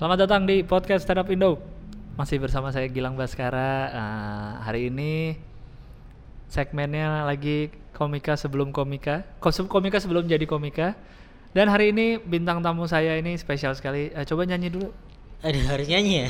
Selamat datang di podcast Stand Up Indo. Masih bersama saya Gilang Baskara. Hari ini segmennya lagi komika sebelum komika, komika sebelum jadi komika. Dan hari ini bintang tamu saya ini spesial sekali. Coba nyanyi dulu. Aduh, harus nyanyi ya?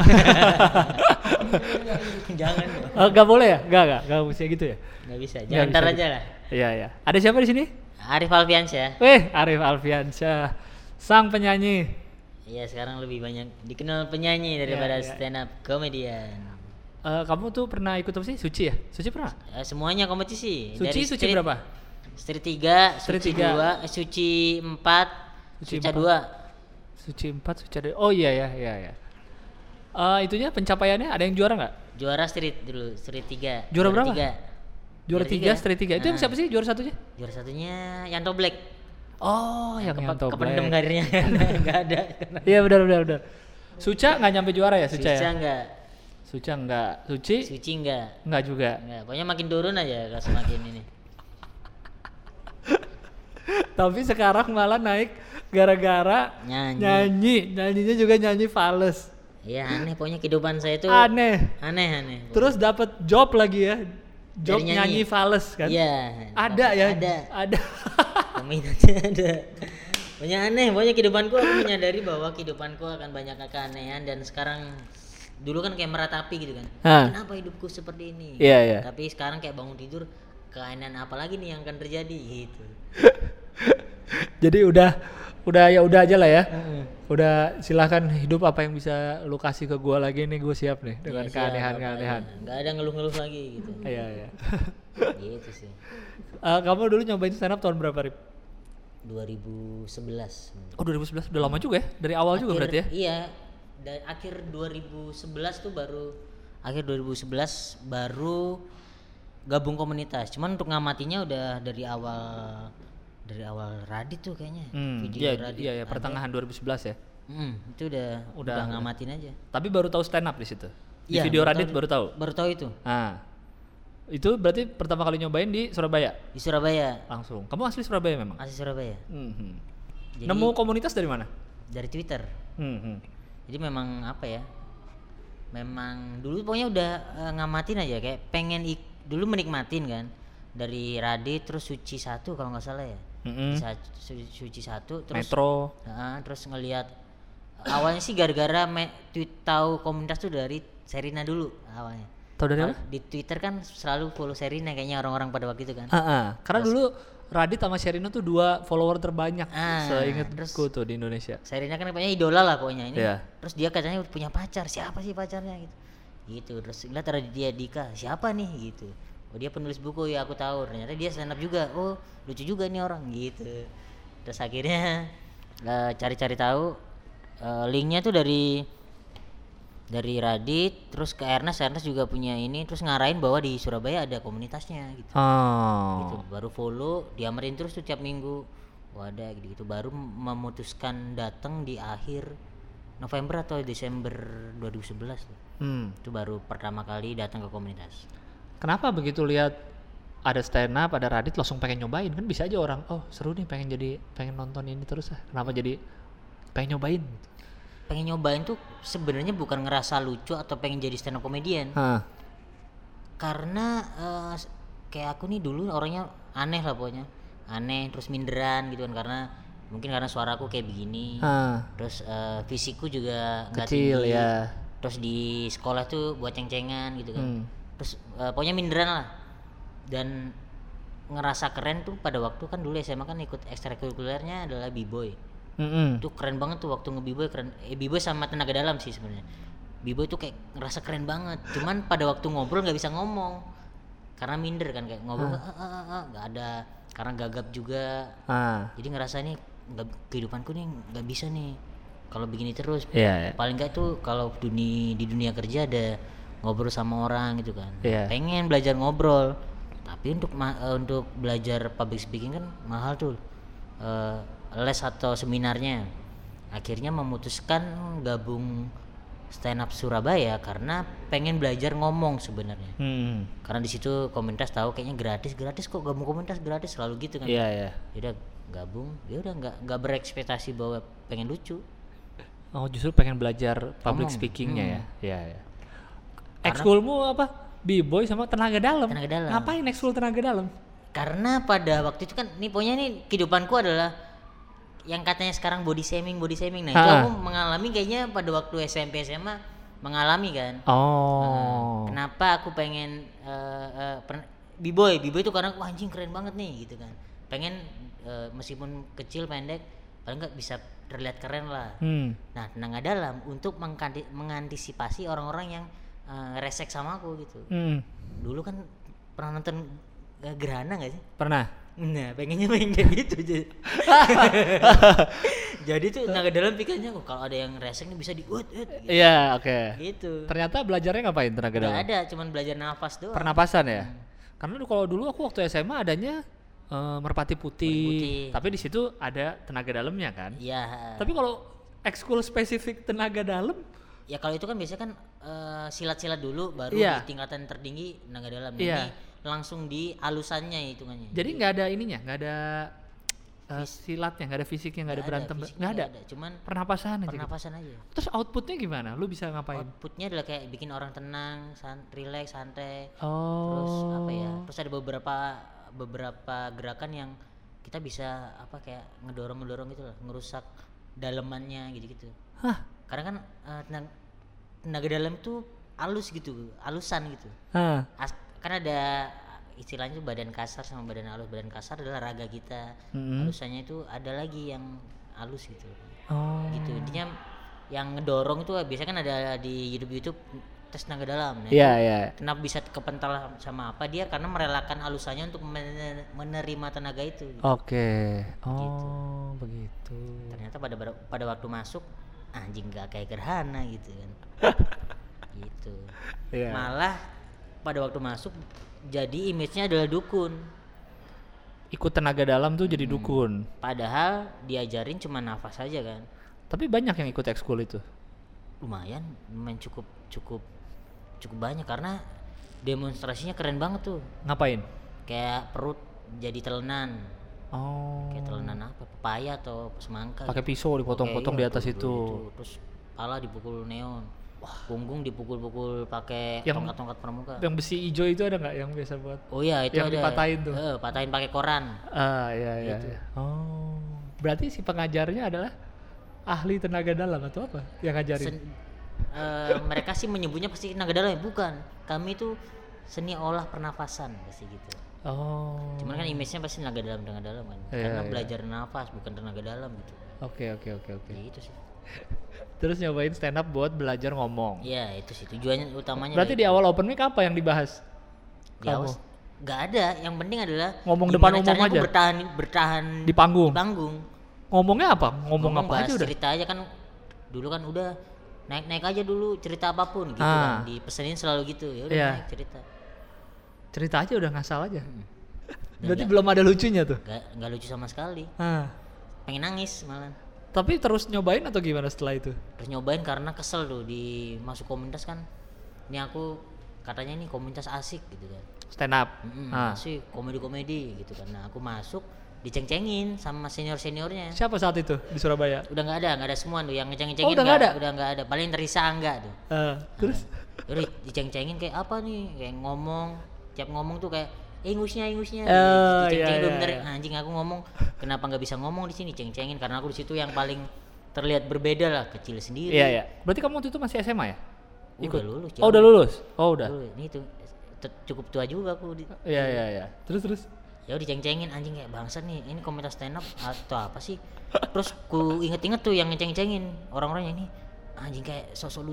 Jangan dong. Gak boleh ya? Gak bisa gitu ya? Gak bisa, jangan ntar aja lah. Iya. Ada siapa di sini? Arif Alfiansyah. Arif Alfiansyah, sang penyanyi. Iya, sekarang lebih banyak dikenal penyanyi daripada stand up comedian. Kamu tuh pernah ikut apa sih? Suci ya? Suci pernah? Semuanya kompetisi. Suci, dari Suci berapa? Street 3, Suci 2, Suci 4, Suci 2. Suci 4, Suci 2. Oh iya. Itunya pencapaiannya ada yang juara nggak? Juara Street dulu, Street 3. Juara berapa? 3. Juara 3, Street 3. Itu yang siapa sih juara satunya? Juara satunya Yanto Black. Oh, yang Yanto Black. Kependem karirnya nggak ada. Iya benar. Suca nggak nyampe juara ya? Suca ya? Enggak. Suca enggak. Suci enggak. Enggak juga. Enggak. Pokoknya makin turun aja kalau semakin ini. Tapi sekarang malah naik gara-gara nyanyinya juga nyanyi fales. Iya, aneh pokoknya kehidupan saya itu aneh. Terus dapat job lagi ya, job nyanyi fales kan? Iya. Ada. Peminatnya ada. Pokoknya aneh, pokoknya kehidupanku aku menyadari bahwa kehidupanku akan banyak keanehan dan sekarang dulu kan kayak meratapi gitu kan. Kenapa hidupku seperti ini? Iya. Tapi sekarang kayak bangun tidur, keanehan apa lagi nih yang akan terjadi gitu. Jadi udah aja lah ya. Udah silahkan hidup apa yang bisa lu kasih ke gua lagi nih, gua siap nih dengan keanehan. Enggak ada ngeluh-ngeluh lagi gitu. Iya. Gitu sih. Kamu dulu nyobain stand up tahun berapa, Rip? 2011. Oh, 2011 udah lama juga ya? Dari awal juga berarti ya? Iya. Dari akhir 2011 tuh baru gabung komunitas. Cuman untuk ngamatinya udah dari awal Radit tuh kayaknya. Video Radit. Iya, pertengahan 2011 ya. Itu udah ngamatin aja. Tapi baru tahu stand up di situ. Di ya, video Radit baru tahu. Baru tahu itu. Itu berarti pertama kali nyobain di Surabaya? Di Surabaya. Langsung. Kamu asli Surabaya memang? Asli Surabaya. Jadi, nemu komunitas dari mana? Dari Twitter. Jadi memang apa ya? Memang dulu pokoknya udah ngamatin aja, kayak pengen dulu menikmatin kan. Dari Radit terus Suci 1 kalau nggak salah ya. Suci 1 terus Metro. Terus ngelihat awalnya sih gara-gara tahu komunitas tuh dari Serina dulu awalnya. Tahu dari apa? Di Twitter kan selalu follow Serina kayaknya orang-orang pada waktu itu kan. Karena dulu Radit sama Sherina tuh 2 follower terbanyak seingatku tuh di Indonesia. Serina kan pokoknya idola lah pokoknya ini. Yeah. Terus dia katanya punya pacar, siapa sih pacarnya gitu. Gitu terus lihat Raditya Dika, siapa nih gitu. Oh dia penulis buku, ya aku tahu. Ternyata dia stand up juga. Oh lucu juga nih orang gitu. Terus akhirnya cari-cari tahu linknya tuh dari Radit, terus ke Ernest juga punya ini, terus ngarahin bahwa di Surabaya ada komunitasnya gitu. Gitu baru follow, diamarin terus tuh tiap minggu. Ada gitu. Baru memutuskan datang di akhir November atau Desember 2011 tuh. Itu baru pertama kali datang ke komunitas. Kenapa begitu lihat ada stand up, ada Radit langsung pengen nyobain? Kan bisa aja orang, oh seru nih pengen nonton ini terus Kenapa jadi pengen nyobain? Pengen nyobain tuh sebenarnya bukan ngerasa lucu atau pengen jadi stand up comedian. Karena kayak aku nih dulu orangnya aneh lah pokoknya. Aneh terus minderan gitu kan, karena suaraku kayak begini. Terus fisikku juga kecil tinggi. Ya. Terus di sekolah tuh buat ceng-cengan gitu kan. Terus pokoknya minderan lah. Dan ngerasa keren tuh pada waktu kan dulu SMA kan ikut ekstrakurikulernya adalah B-boy. Itu keren banget tuh waktu nge-B-boy, keren. B-boy sama tenaga dalam sih sebenarnya. B-boy tuh kayak ngerasa keren banget. Cuman pada waktu ngobrol nggak bisa ngomong karena minder kan, kayak ngobrol nggak ada, karena gagap juga. Jadi ngerasa nih kehidupanku nih nggak bisa nih kalau begini terus. Paling nggak tuh kalau di dunia kerja ada ngobrol sama orang gitu kan. Pengen belajar ngobrol, tapi untuk belajar public speaking kan mahal tuh. Les atau seminarnya. Akhirnya memutuskan gabung stand up Surabaya karena pengen belajar ngomong sebenarnya. Karena di situ komunitas tahu kayaknya gratis kok, gabung komunitas gratis, selalu gitu kan. Iya. Udah gabung, ya udah nggak berekspektasi bahwa pengen lucu. Oh, justru pengen belajar public Ngomong. speakingnya ya. Iya, ya. Karena- Ekskulmu apa? B-boy sama tenaga dalam. Tenaga dalam. Ngapain ekskul tenaga dalam? Karena pada waktu itu kan nih pokoknya nih kehidupanku adalah yang katanya sekarang body shaming. Nah, itu aku mengalami kayaknya pada waktu SMP SMA mengalami kan. Oh. Kenapa aku pengen B-boy itu karena wah anjing keren banget nih gitu kan. Pengen meskipun kecil pendek paling nggak bisa terlihat keren lah. Nah, tenaga dalam untuk mengantisipasi orang-orang yang resek sama aku gitu. Dulu kan pernah nonton Gerhana nggak sih? Pernah. Nah, pengennya main kayak gitu aja. Jadi tuh tenaga dalam pikirnya kalau ada yang resek nih bisa gitu. Iya, oke. Gitu. Ternyata belajarnya ngapain tenaga Nggak dalam? ada, cuman belajar nafas doang. Pernapasan ya. Karena kalau dulu aku waktu SMA adanya merpati putih. Tapi di situ ada tenaga dalamnya kan. Iya. Tapi kalau ekskul spesifik tenaga dalam, Ya kalau itu kan biasanya kan silat-silat dulu baru Iya. di tingkatan tertinggi tenaga dalam. Iya. Ini langsung di alusannya hitungannya. jadi nggak ada ininya, nggak ada silatnya, nggak ada fisiknya, nggak ada berantem, fisiknya nggak ada. Cuman Pernapasan aja. Gitu. pernapasan aja. Terus outputnya gimana? Lu bisa ngapain? Outputnya adalah kayak bikin orang tenang, relax, santai. Oh. Terus apa ya? Terus ada beberapa gerakan yang kita bisa apa kayak ngedorong gitu lah, ngerusak dalemannya gitu-gitu. Hah? Karena kan tenaga dalam tuh alusan gitu. Hah. Kan ada istilahnya tuh badan kasar sama badan halus. Badan kasar adalah raga kita. Halusannya itu ada lagi yang halus gitu. Oh. Gitu. Intinya yang ngedorong itu biasanya kan ada di YouTube tes tenaga dalam. Nah, Iya, iya. kenapa bisa kepental sama apa dia karena merelakan halusannya untuk menerima tenaga itu. Gitu. Oke. Oh, begitu. Ternyata pada waktu masuk anjing gak kayak Gerhana gitu kan. Gitu. Iya. Malah pada waktu masuk jadi image-nya adalah dukun. Ikut tenaga dalam tuh jadi dukun. Padahal diajarin cuma nafas aja kan. Tapi banyak yang ikut ekskul itu. Lumayan cukup banyak karena demonstrasinya keren banget tuh. Ngapain? Kayak perut jadi telenan. Oh. Kayak telenan apa? Pepaya atau semangka. Pakai pisau dipotong-potong di atas itu. Terus kepala dipukul neon. Punggung dipukul-pukul pakai Yang- tongkat-tongkat pramuka. Yang besi hijau itu ada nggak yang biasa buat? Oh iya itu yang ada. dipatahin tuh. Patahin pakai koran. Iya, iya. Iya. Oh. Berarti si pengajarnya adalah ahli tenaga dalam atau apa yang ngajarin? Mereka sih menyebutnya pasti tenaga dalam, bukan. Kami tuh seni olah pernafasan pasti gitu. Oh. Cuman kan image-nya pasti tenaga dalam kan. Iya, Karena iya. belajar nafas bukan tenaga dalam gitu. Oke. Ya itu sih. Terus nyobain stand up buat belajar ngomong. Iya, itu sih tujuannya utamanya. Berarti di awal open mic apa yang dibahas? di awal nggak ada, yang penting adalah Ngomong gimana depan umum caranya aku aja? bertahan Di panggung? Di panggung. Ngomongnya apa? Ngomong apa bahas aja udah? cerita aja kan. Dulu kan udah naik aja dulu cerita apapun gitu Ah. kan. Dipesenin selalu gitu. Ya udah Iya. naik cerita. Cerita aja udah ngasal aja. Dan Berarti belum ada lucunya tuh. nggak lucu sama sekali. Pengen nangis malah. Tapi terus nyobain atau gimana setelah itu? Terus nyobain karena kesel tuh di masuk komunitas kan. Ini aku katanya ini komunitas asik gitu kan. Stand up. Asik komedi gitu kan. Nah aku masuk diceng-cengin sama seniornya. Siapa saat itu di Surabaya? Udah nggak ada semua tuh yang ngeceng-ngecengin. udah nggak ada? Udah nggak ada. Paling Terisa Angga tuh. Terus? Udah diceng-cengin kayak apa nih? Kayak tiap ngomong tuh kayak ingusnya diceng-cengin iya, bener. iya. Anjing aku ngomong kenapa nggak bisa ngomong di sini ceng-cengin karena aku di situ yang paling terlihat berbeda lah, kecil sendiri. Iya, iya. Berarti kamu waktu itu masih SMA ya? Udah lulus. Oh, udah lulus. Oh, udah. Ini tuh cukup tua juga aku. Iya. Terus? Ya udah diceng-cengin anjing kayak bangsat nih, ini komunitas stand up atau apa sih? Terus ku inget-inget tuh yang ngeceng-cengin orang-orang yang ini anjing kayak sosok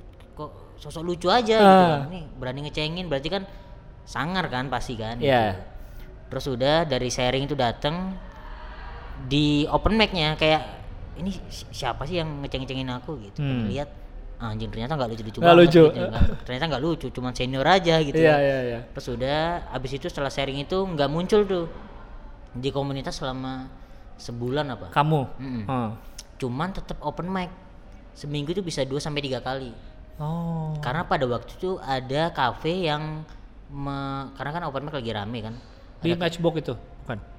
lucu aja gitu kan. Nih berani ngecengin berarti kan sangar kan pasti kan. Iya. Gitu. Terus udah dari sharing itu dateng di open mic-nya kayak ini siapa sih yang ngeceng-ngecengin aku gitu. Lihat anjing ternyata nggak lucu-lucu Nggak banget lucu. gitu kan. Ternyata nggak lucu, cuman senior aja gitu. Iya. Terus udah abis itu setelah sharing itu nggak muncul tuh di komunitas selama sebulan apa. Kamu? Cuman tetap open mic seminggu itu bisa 2-3 kali. Oh. Karena pada waktu itu ada cafe yang karena kan open mic lagi rame kan. Di Matchbox itu? Bukan?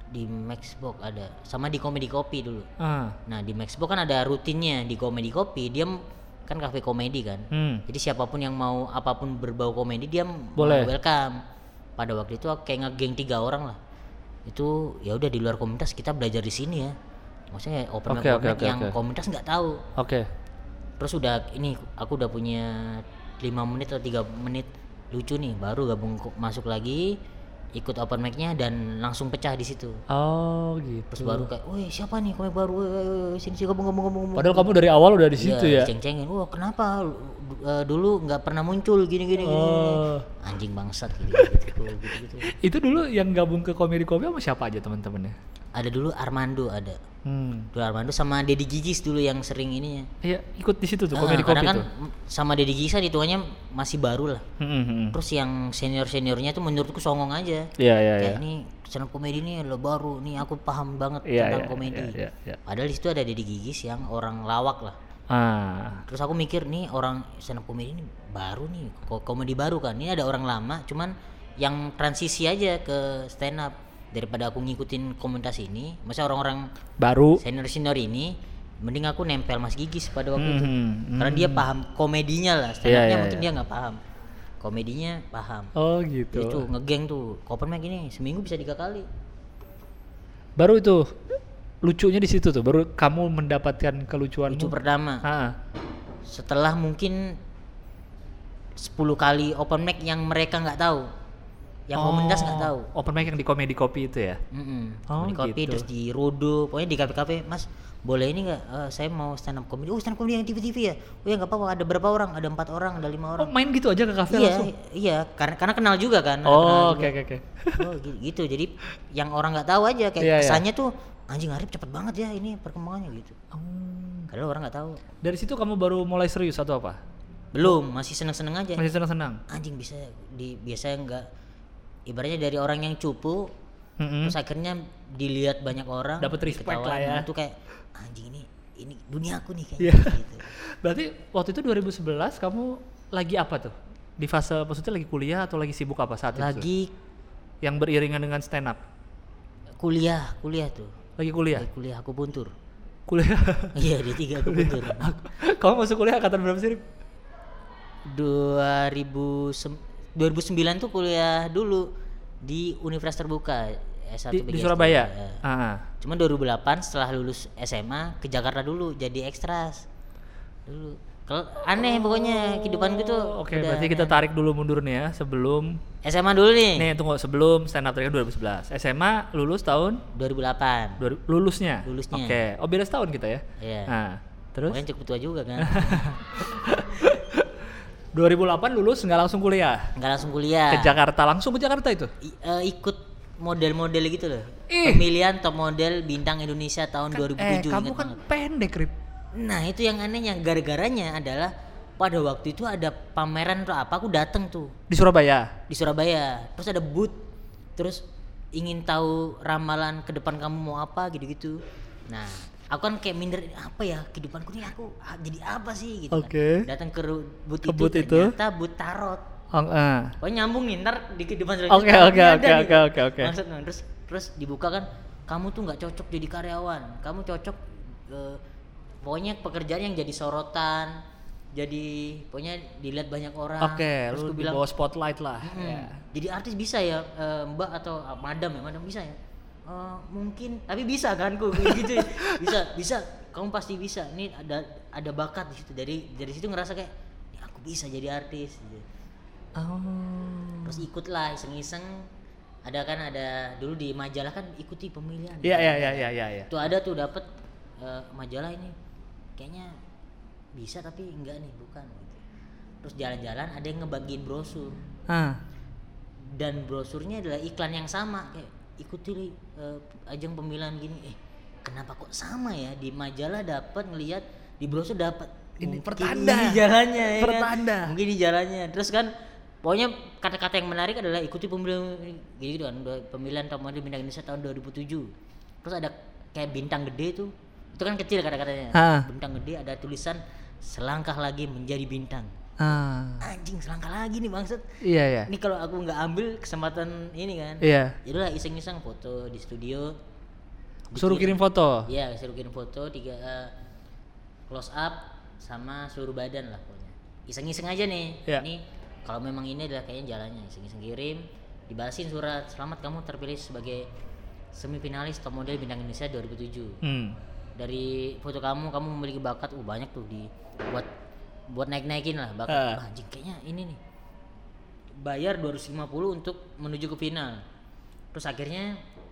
Di Maxbox ada, sama di Comedy Copy dulu. Ah. Nah di Maxbox kan ada rutinnya, di Comedy Copy dia kan kafe komedi kan. Jadi siapapun yang mau apapun berbau komedi dia boleh welcome. Pada waktu itu aku kayak ngegeng 3 orang lah. Itu ya udah di luar komunitas kita belajar di sini ya. Maksudnya open mic yang komunitas nggak tahu. Terus udah ini aku udah punya 5 menit atau 3 menit lucu nih, baru gabung masuk lagi ikut open mic-nya dan langsung pecah di situ. Oh gitu. Terus baru kayak, "Woi, siapa nih komik baru? Woi, sini gabung." Padahal kamu dari awal udah di situ ya. Ceng-cengin. "Wah, kenapa dulu nggak pernah muncul gini. Anjing bangsat gitu. Itu dulu yang gabung ke Comedy Copy sama siapa aja teman-temannya? Ada dulu Armando ada. Dulu Armando sama Deddy Gigis dulu yang sering ininya. Iya, ikut di situ tuh Comedy Copy kan tuh. Sama Deddy Gigis kan hitungannya masih baru lah. Terus yang seniornya tuh menurutku songong aja. Kayak ini stand up komedi nih lo baru nih, aku paham banget tentang komedi. Padahal di situ ada Deddy Gigis yang orang lawak lah. Terus aku mikir nih orang stand up komedi ini baru nih, komedi baru kan. Ini ada orang lama cuman yang transisi aja ke stand up. Daripada aku ngikutin komunitas ini, masa orang-orang baru senior ini, mending aku nempel Mas Gigis pada waktu itu. Karena dia paham komedinya lah, stand up-nya mungkin dia nggak paham, komedinya paham. Oh gitu. Itu ngegeng tuh, open mic ini seminggu bisa 3 kali. Baru itu lucunya di situ tuh, baru kamu mendapatkan kelucuanmu. Lucu pertama. Setelah mungkin 10 kali open mic yang mereka nggak tahu. Yang komunitas nggak tahu. Open mic yang di Comedy Copy itu ya? Comedy Copy gitu. Terus di Rodo, pokoknya di kafe-kafe, "Mas boleh ini nggak? Saya mau stand up comedy." "Oh, stand up comedy yang TV ya?" "Oh ya nggak apa-apa, ada berapa orang? Ada 4 orang, ada 5 orang." Oh, main gitu aja ke kafe langsung? Iya, karena kenal juga kan. Oke. Oh gitu, jadi yang orang nggak tahu aja kayak kesannya tuh, anjing Arif cepet banget ya ini perkembangannya gitu. Padahal orang nggak tahu. Dari situ kamu baru mulai serius atau apa? Belum, masih seneng-seneng aja. Masih seneng-seneng? Anjing biasanya nggak, ibaratnya dari orang yang cupu, terus akhirnya dilihat banyak orang, dapat respect lah ya. Itu kayak anjing ini dunia aku nih kayak gitu. Berarti waktu itu 2011 kamu lagi apa tuh? Di fase maksudnya lagi kuliah atau lagi sibuk apa saat itu? Lagi yang beriringan dengan stand up. Kuliah tuh. Lagi kuliah aku puntur. Kuliah. Iya, di 3 aku puntur. Kamu masuk kuliah angkatan berapa sih? 2009 tuh kuliah dulu di Universitas Terbuka S1 di Surabaya. Cuma 2008 setelah lulus SMA ke Jakarta dulu jadi ekstras dulu. Aneh pokoknya kehidupan gitu. Oke, berarti kita tarik dulu mundur nih ya, sebelum SMA dulu nih. Nih tunggu, sebelum stand up tadi 2011. SMA lulus tahun 2008. Lulusnya. Oke. Oh, beda setahun kita ya. Iya. Nah, terus pokoknya cukup tua juga kan. 2008 lulus nggak langsung kuliah? Nggak langsung kuliah. Ke Jakarta, langsung ke Jakarta itu? Ikut model-model gitu loh. Pemilihan top model bintang Indonesia tahun 2007. Kamu kan pendek, Rip. Nah itu yang anehnya, gara-garanya adalah pada waktu itu ada pameran atau apa, aku dateng tuh. Di Surabaya? Di Surabaya. Terus ada booth. Terus ingin tahu ramalan ke depan kamu mau apa gitu-gitu. Nah aku kan kayak minder, apa ya kehidupanku nih, aku jadi apa sih gitu kan. Datang ke booth itu, ternyata booth tarot. Pokoknya nyambung nih, ntar di kehidupan selanjutnya. Oke. Maksudnya terus dibuka kan, kamu tuh nggak cocok jadi karyawan, kamu cocok pokoknya pekerjaan yang jadi sorotan, jadi pokoknya dilihat banyak orang. Terus lu bilang bawa spotlight lah. Jadi artis bisa ya, Mbak atau madam bisa ya. Mungkin, tapi bisa kan kok gitu. bisa kamu pasti bisa, ini ada bakat di situ. Dari situ ngerasa kayak ini aku bisa jadi artis gitu. Terus ikutlah iseng-iseng, ada dulu di majalah kan, ikuti pemilihan. Iya. Tuh ada tuh dapet majalah ini kayaknya bisa tapi enggak nih, bukan gitu. Terus jalan-jalan ada yang ngebagiin brosur. Dan brosurnya adalah iklan yang sama kayak ikuti ajang pemilihan gini. Kenapa kok sama ya, di majalah dapat ngelihat, di brosur dapat. Ini pertanda. Ini jalannya ya. Pertanda. Kan? Mungkin di jalannya. Terus kan pokoknya kata-kata yang menarik adalah ikuti pemilihan gitu kan, pemilihan top model bintang Indonesia tahun 2007. Terus ada kayak bintang gede tuh. Itu kan kecil kata-katanya. Bintang gede ada tulisan selangkah lagi menjadi bintang. Anjing selangkah lagi nih bangsat. Iya. Ini kalau aku nggak ambil kesempatan ini kan. Iya. Yaudahlah iseng-iseng foto di studio. Suruh kirim foto. Iya, suruh kirim foto 3 close up sama seluruh badan lah pokoknya. Iseng-iseng aja nih. Iya. Ini kalau memang ini adalah kayaknya jalannya, iseng-iseng kirim, dibalasin surat, selamat kamu terpilih sebagai semifinalis top model bintang Indonesia 2007. Dari foto kamu memiliki bakat banyak tuh buat naik-naikin lah bakat. Anjing kayaknya ini nih. Bayar 250 untuk menuju ke final. Terus akhirnya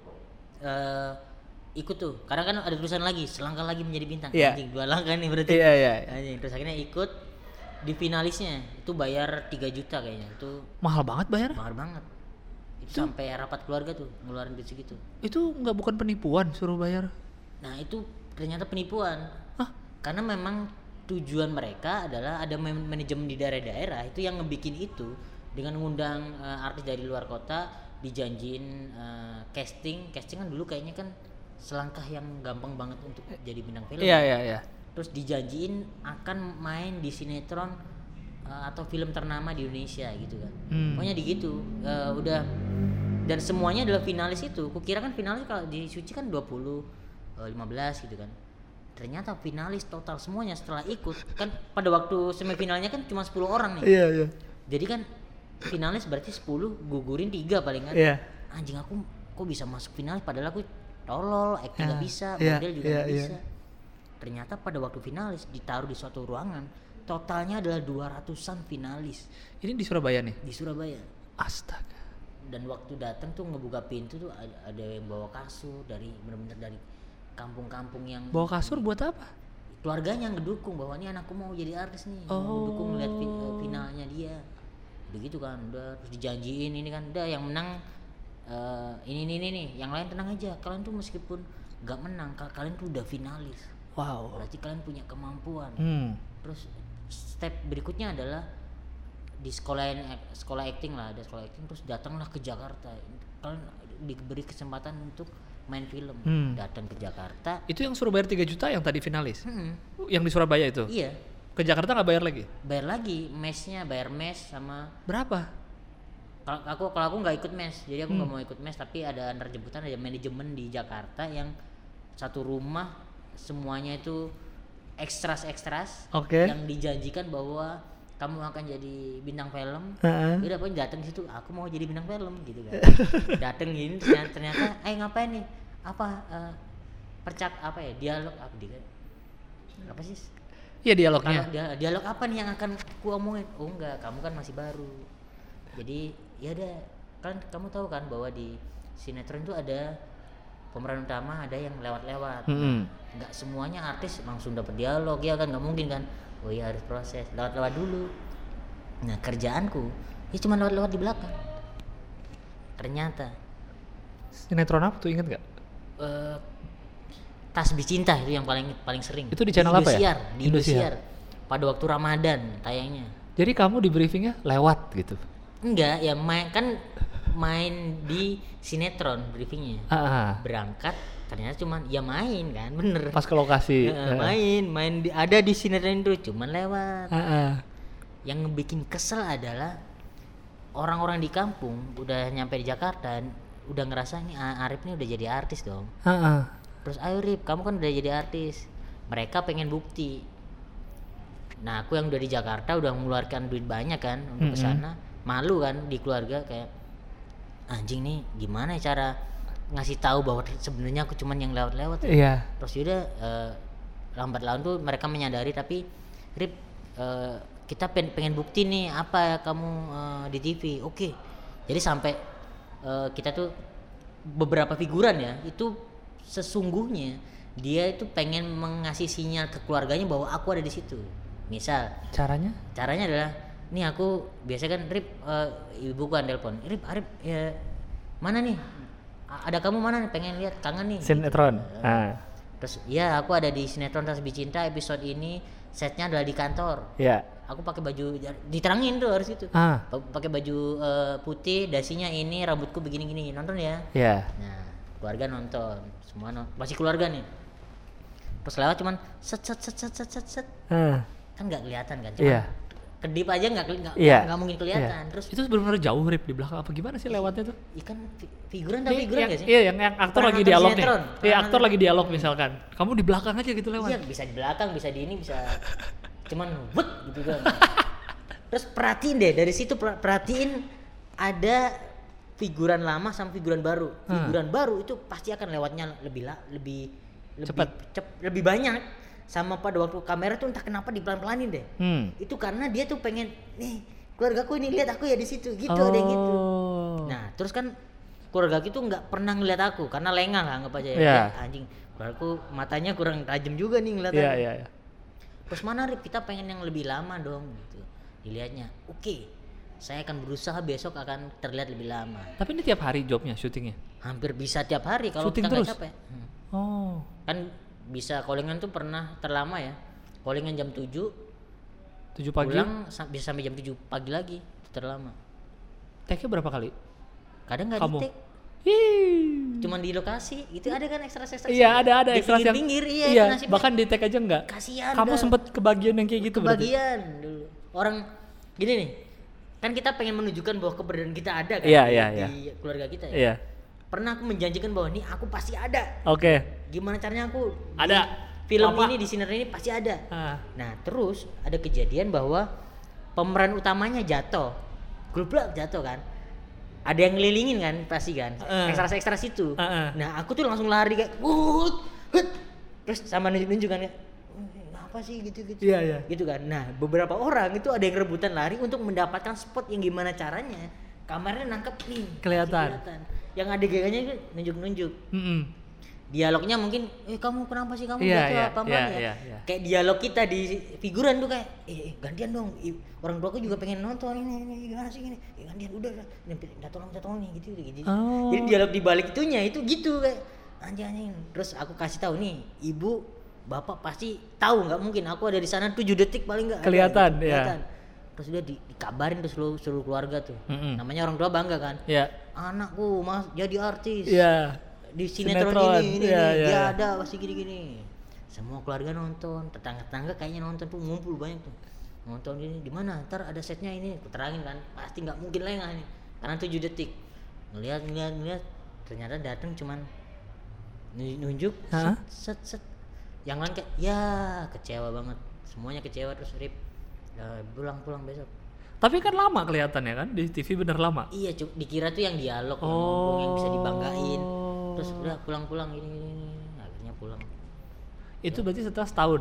ikut tuh. Karena kan ada tulisan lagi, selangkah lagi menjadi bintang. Anjing 2 langkah nih berarti. Iya. Anjing, terus akhirnya ikut di finalisnya. Itu bayar 3 juta kayaknya. Itu mahal banget bayar. Mahal banget. Itu sampai rapat keluarga tuh ngeluarin duit segitu. Itu bukan penipuan suruh bayar. Nah, itu ternyata penipuan. Hah? Karena memang tujuan mereka adalah ada manajemen di daerah-daerah itu yang ngebikin itu dengan mengundang artis dari luar kota, dijanjiin casting kan dulu kayaknya kan selangkah yang gampang banget untuk jadi bintang film. Iya. Terus dijanjiin akan main di sinetron atau film ternama di Indonesia gitu kan. Pokoknya di gitu. Udah dan semuanya adalah finalis itu. Kukira kan finalis kalau di Suci kan 20 15 gitu kan. Ternyata finalis total semuanya setelah ikut kan pada waktu semifinalnya kan cuma 10 orang nih. Iya. Jadi kan finalis berarti 10 gugurin 3 paling kan. Iya. Anjing aku kok bisa masuk finalis padahal aku tolol, acting gak bisa, model juga gak bisa. Ternyata pada waktu finalis ditaruh di suatu ruangan, totalnya adalah 200-an finalis. Ini di Surabaya nih? Di Surabaya. Astaga. Dan waktu datang tuh ngebuka pintu tuh ada yang bawa kasur dari benar-benar dari kampung-kampung yang bawa kasur buat apa? Keluarganya ngedukung bahwa ini anakku mau jadi artis nih, mau dukung lihat finalnya dia. Begitu kan, udah terus dijanjiin ini kan, udah yang menang ini nih, yang lain tenang aja. Kalian tuh meskipun nggak menang, kalian tuh udah finalis. Wow. Berarti kalian punya kemampuan. Terus step berikutnya adalah di sekolah acting lah, ada sekolah acting, terus datanglah ke Jakarta. Kalian diberi kesempatan untuk main film, datang ke Jakarta. Itu yang suruh bayar 3 juta yang tadi finalis? Yang di Surabaya itu? Iya. Ke Jakarta nggak bayar lagi? Bayar lagi, bayar mes sama. Berapa? Kalau aku nggak ikut mes, jadi aku nggak mau ikut mes, tapi ada antar jemputan, ada manajemen di Jakarta yang satu rumah semuanya itu ekstras yang dijanjikan bahwa kamu akan jadi bintang film. Udah pokoknya datang situ, aku mau jadi bintang film gitu kan. Datang gini ternyata ngapain nih? Apa dialog apa sih? Iya dialognya. Dialog apa nih yang akan ku omongin? Oh enggak, kamu kan masih baru. Jadi ya udah, kan kamu tahu kan bahwa di sinetron itu ada pemeran utama, ada yang lewat-lewat. Enggak semuanya artis langsung dapat dialog ya kan, nggak mungkin kan. Oh iya, harus proses, lewat-lewat dulu. Nah kerjaanku ya cuma lewat-lewat di belakang. Ternyata sinetron apa tuh, inget nggak? Tasbih Cinta itu yang paling sering. Itu di channel apa ya? Di Indosiar. Pada waktu Ramadan tayangnya. Jadi kamu di briefingnya lewat gitu? Enggak, ya main di sinetron briefingnya. Berangkat ternyata cuman ya main kan, bener. Pas ke lokasi. Main ada di sinetron itu cuman lewat. Yang ngebikin kesel adalah orang-orang di kampung udah nyampe di Jakarta, udah ngerasa nih Arif nih udah jadi artis dong. Terus ayo Rip, kamu kan udah jadi artis. Mereka pengen bukti. Nah aku yang udah di Jakarta udah mengeluarkan duit banyak kan untuk kesana, malu kan di keluarga kayak anjing nih gimana ya cara ngasih tahu bahwa sebenarnya aku cuman yang lewat-lewat. Iya. Terus udah lambat laun tuh mereka menyadari, tapi Rip kita pengen bukti nih apa ya kamu di TV. Oke. Jadi sampai kita tuh beberapa figuran ya itu sesungguhnya dia itu pengen mengasih sinyal ke keluarganya bahwa aku ada di situ. Misal caranya adalah nih aku biasa kan Rip ibuku kan telepon, Rip Arif ya mana nih, ada kamu mana nih, pengen lihat, kangen nih sinetron gitu. Terus ya aku ada di sinetron Tasbih Cinta episode ini, setnya adalah di kantor. Aku pakai baju, diterangin tuh harus itu. Pakai baju putih, dasinya ini, rambutku begini-gini, nonton ya. Nah keluarga nonton, semua masih keluarga nih. Terus lewat cuman set kan nggak kelihatan kan, cuman kedip aja nggak Iya. mungkin kelihatan. Iya. Terus Itu benar-benar jauh Rip di belakang apa gimana sih lewatnya tuh? ikan figuran tapi figuran yang, nggak sih? iya yang aktor Pernah lagi nonton dialog nih. sinetron? Iya Pernah aktor nonton? lagi dialog misalkan. Kamu di belakang aja gitu lewat. Iya bisa di belakang, bisa di ini, bisa cuman wut gitu kan. Terus perhatiin deh dari situ perhatiin ada figuran lama sama figuran baru. Figuran baru itu pasti akan lewatnya lebih Cepat. lebih banyak. Sama pada waktu kamera tuh entah kenapa dipelan-pelanin deh. Itu karena dia tuh pengen nih keluargaku ini lihat aku ya di situ gitu, ada yang gitu. Nah terus kan keluarga itu nggak pernah ngeliat aku karena lengah lah anggap aja ya. Yeah. Anjing keluargaku matanya kurang tajam juga nih ngeliat Iya aku. iya iya. Terus mana Rip, kita pengen yang lebih lama dong gitu. Dilihatnya, oke, saya akan berusaha besok akan terlihat lebih lama. Tapi ini tiap hari jobnya, syutingnya? Hampir bisa tiap hari kalau Syuting kita nggak terus? capek. Oh. Kan bisa callingan tuh pernah terlama ya. Callingan jam 7, 7 pagi? pulang bisa sampai jam 7 pagi lagi, itu terlama. Take-nya berapa kali? Kadang nggak Kamu? di take, Hii. cuman di lokasi. Itu ada kan ekstra-ekstra. Iya ada di extras yang pinggir, iya, iya, itu nasibnya. bahkan di take aja enggak. Kasihan Kamu dah. sempet kebagian yang kayak gitu berarti? Kebagian dulu. Orang gini nih, kan kita pengen menunjukkan bahwa keberadaan kita ada kan Iya, di, iya, di iya. keluarga kita ya. Iya. Pernah aku menjanjikan bahwa nih aku pasti ada. Oke. Gimana caranya aku Ada. di film Lama. ini di sinetron ini pasti ada. Ah. Nah terus ada kejadian bahwa pemeran utamanya jatuh, glublak jatuh kan. Ada yang ngelilingin kan pasti kan, ekstra situ. Nah aku tuh langsung lari kayak, hut, terus sama nunjuk kan kayak, apa sih gitu. Iya, iya. Gitu kan. Nah beberapa orang itu ada yang rebutan lari untuk mendapatkan spot yang gimana caranya kameranya nangkep nih. Kelihatan. Yang adegannya itu nunjuk-nunjuk. Dialognya mungkin kamu kenapa sih kamu Iya, gitu iya, apa iya. kayak dialog kita di figuran tuh kayak gantian dong, orang tuaku juga pengen nonton ini gimana sih ini, gantian udah minta tolong nih gitu. Oh. Jadi dialog di balik itunya itu gitu kayak anjing. Terus aku kasih tahu nih ibu bapak pasti tahu, nggak mungkin aku ada di sana 7 detik paling nggak Kelihatan, gitu, ya. Terus udah dikabarin terus seluruh keluarga tuh. Namanya orang tua bangga kan. Iya. Anakku mas jadi artis. Iya. Di sinetron ini Iya, iya. dia ada pasti gini. Semua keluarga nonton, tetangga kayaknya nonton tuh, ngumpul banyak tuh. Nonton ini di mana? Ntar ada setnya ini, aku terangin kan. Pasti nggak mungkin lengah nih. Karena 7 detik. Ngeliat, ternyata datang cuman nunjuk set. Yang lain kayak ya kecewa banget. Semuanya kecewa terus Rip. Pulang besok. Tapi kan lama kelihatannya kan di TV, bener lama. Iya, dikira tuh yang dialog yang ngomong yang bisa dibanggain. Terus udah pulang gini. Akhirnya pulang. Itu berarti setelah setahun.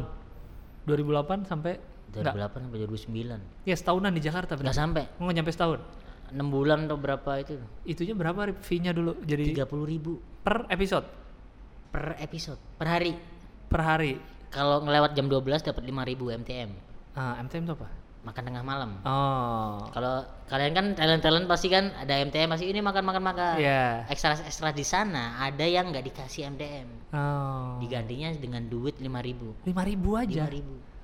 2008 sampai 2008 sampai 2009. Ya setahunan di Jakarta benar. Nggak sampai. Oh, nggak nyampe setahun. 6 bulan atau berapa itu? Itunya berapa fee-nya dulu? Jadi 30.000 per episode, per episode, per hari. per hari. Kalau ngelewat jam 12 dapat 5.000 MTM. MTM itu apa? Makan tengah malam. Oh. Kalau kalian kan talent pasti kan ada MTM, pasti ini makan. Iya. Ekstra di sana ada yang nggak dikasih MTM. Oh. Digantinya dengan duit 5.000. 5.000 aja. 5.000.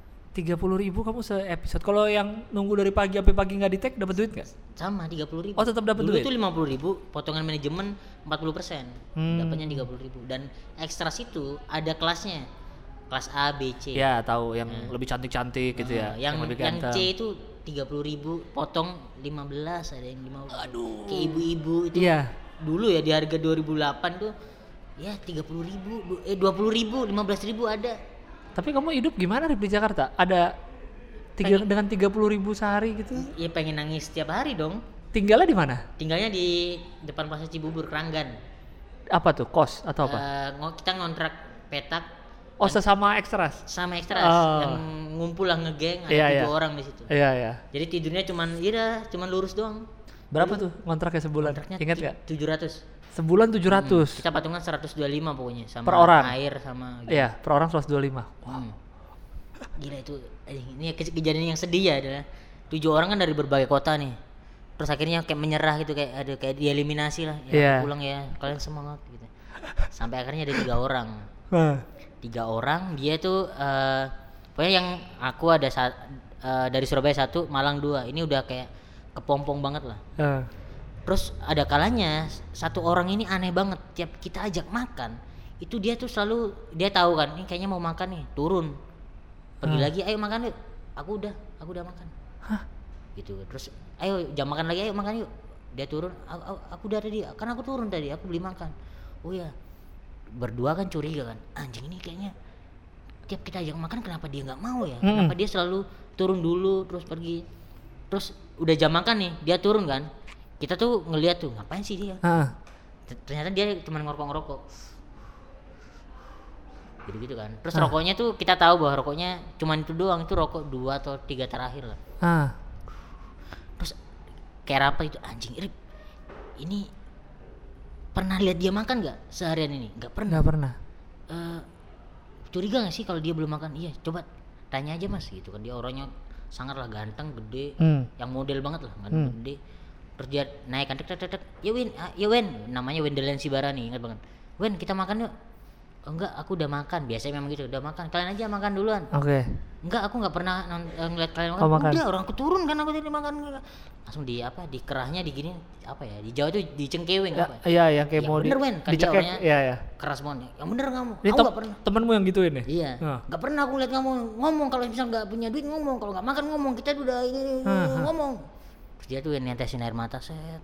30.000 kamu se-episode. Kalau yang nunggu dari pagi sampai pagi nggak di-tag dapat duit nggak? Sama 30.000. Oh, tetap dapat Dulu duit. itu 50.000, potongan manajemen 40%. Dapatnya 30.000 dan ekstra situ ada kelasnya. Kelas A, B, C. Ya, tahu yang lebih cantik-cantik gitu ya. Yang lebih yang ganteng. C itu 30.000, potong 15, ada yang 50. Aduh. Kayak ibu-ibu itu. Iya. Dulu ya di harga 2008 tuh ya 30.000, 20.000, 15.000 ada. Tapi kamu hidup gimana Rip, di Jakarta? Ada dengan 30.000 sehari gitu? Ya pengen nangis setiap hari dong. Tinggalnya di mana? Tinggalnya di depan Pasar Cibubur, Keranggan. Apa tuh? Kos atau apa? Kita ngontrak petak Oh, sesama ekstras. sama ekstras yang ngumpul lah ngegeng, ada Iya, 7 iya. orang di situ. Iya, iya. Jadi tidurnya cuman lurus doang. Berapa tuh kontraknya sebulan? Kontraknya Ingat nggak? 700. Sebulan 700. Kita patungan 125 pokoknya sama Per orang? air sama gitu. Iya, per orang 125. Wow. Gila itu. Ini kejadian yang sedih ya adalah 7 orang kan dari berbagai kota nih. Terus akhirnya kayak menyerah gitu, kayak dieliminasi lah. Iya. Pulang ya, kalian semangat gitu. Sampai akhirnya ada 3 orang. 3 orang, dia tuh pokoknya yang aku ada dari Surabaya 1, Malang 2. Ini udah kayak kepompong banget lah. Terus ada kalanya 1 orang ini aneh banget, tiap kita ajak makan itu dia tuh selalu, dia tahu kan ini kayaknya mau makan nih, turun pergi lagi, ayo makan yuk, aku udah makan. Gitu. Terus ayo jam makan lagi, ayo makan yuk. Dia turun, aku udah tadi, kan aku turun tadi, aku beli makan. Oh ya, berdua kan curiga kan, anjing ini kayaknya tiap kita ajak makan kenapa dia nggak mau ya? Kenapa dia selalu turun dulu terus pergi? Terus udah jam makan nih, dia turun kan? Kita tuh ngeliat tuh ngapain sih dia? Ternyata dia cuma ngerokok. Gitu kan. Terus rokoknya tuh kita tahu bahwa rokoknya cuma itu doang, itu rokok 2 atau 3 terakhir lah. Terus kayak apa itu anjing Rip, ini pernah lihat dia makan nggak seharian ini? Nggak pernah. Curiga nggak sih kalau dia belum makan? Iya, coba tanya aja mas gitu kan. Dia orangnya sangatlah ganteng, gede, yang model banget lah, gede. Terus dia naik kan, tek. Ya Wen, namanya Wendelen Sibarani, ingat banget. Wen, kita makan yuk. Oh, enggak, aku udah makan. Biasanya memang gitu, udah makan. Kalian aja makan duluan. Oke. Enggak, aku nggak pernah ngeliat kalian makan. Udah, orang keturun kan aku tadi makan. Langsung di kerahnya digini apa ya? Di Jawa itu dicengkewing apa? Iya, yang kayak mau bener Wen, kan dicekek. Iya. Keras banget. Yang bener kamu. Ini Aku nggak pernah. Temenmu yang gituin ya? Iya. Nggak pernah aku lihat kamu ngomong kalau misal nggak punya duit ngomong, kalau nggak makan ngomong. Kita udah ini ngomong. Terus dia tuh yang netesin air mata set.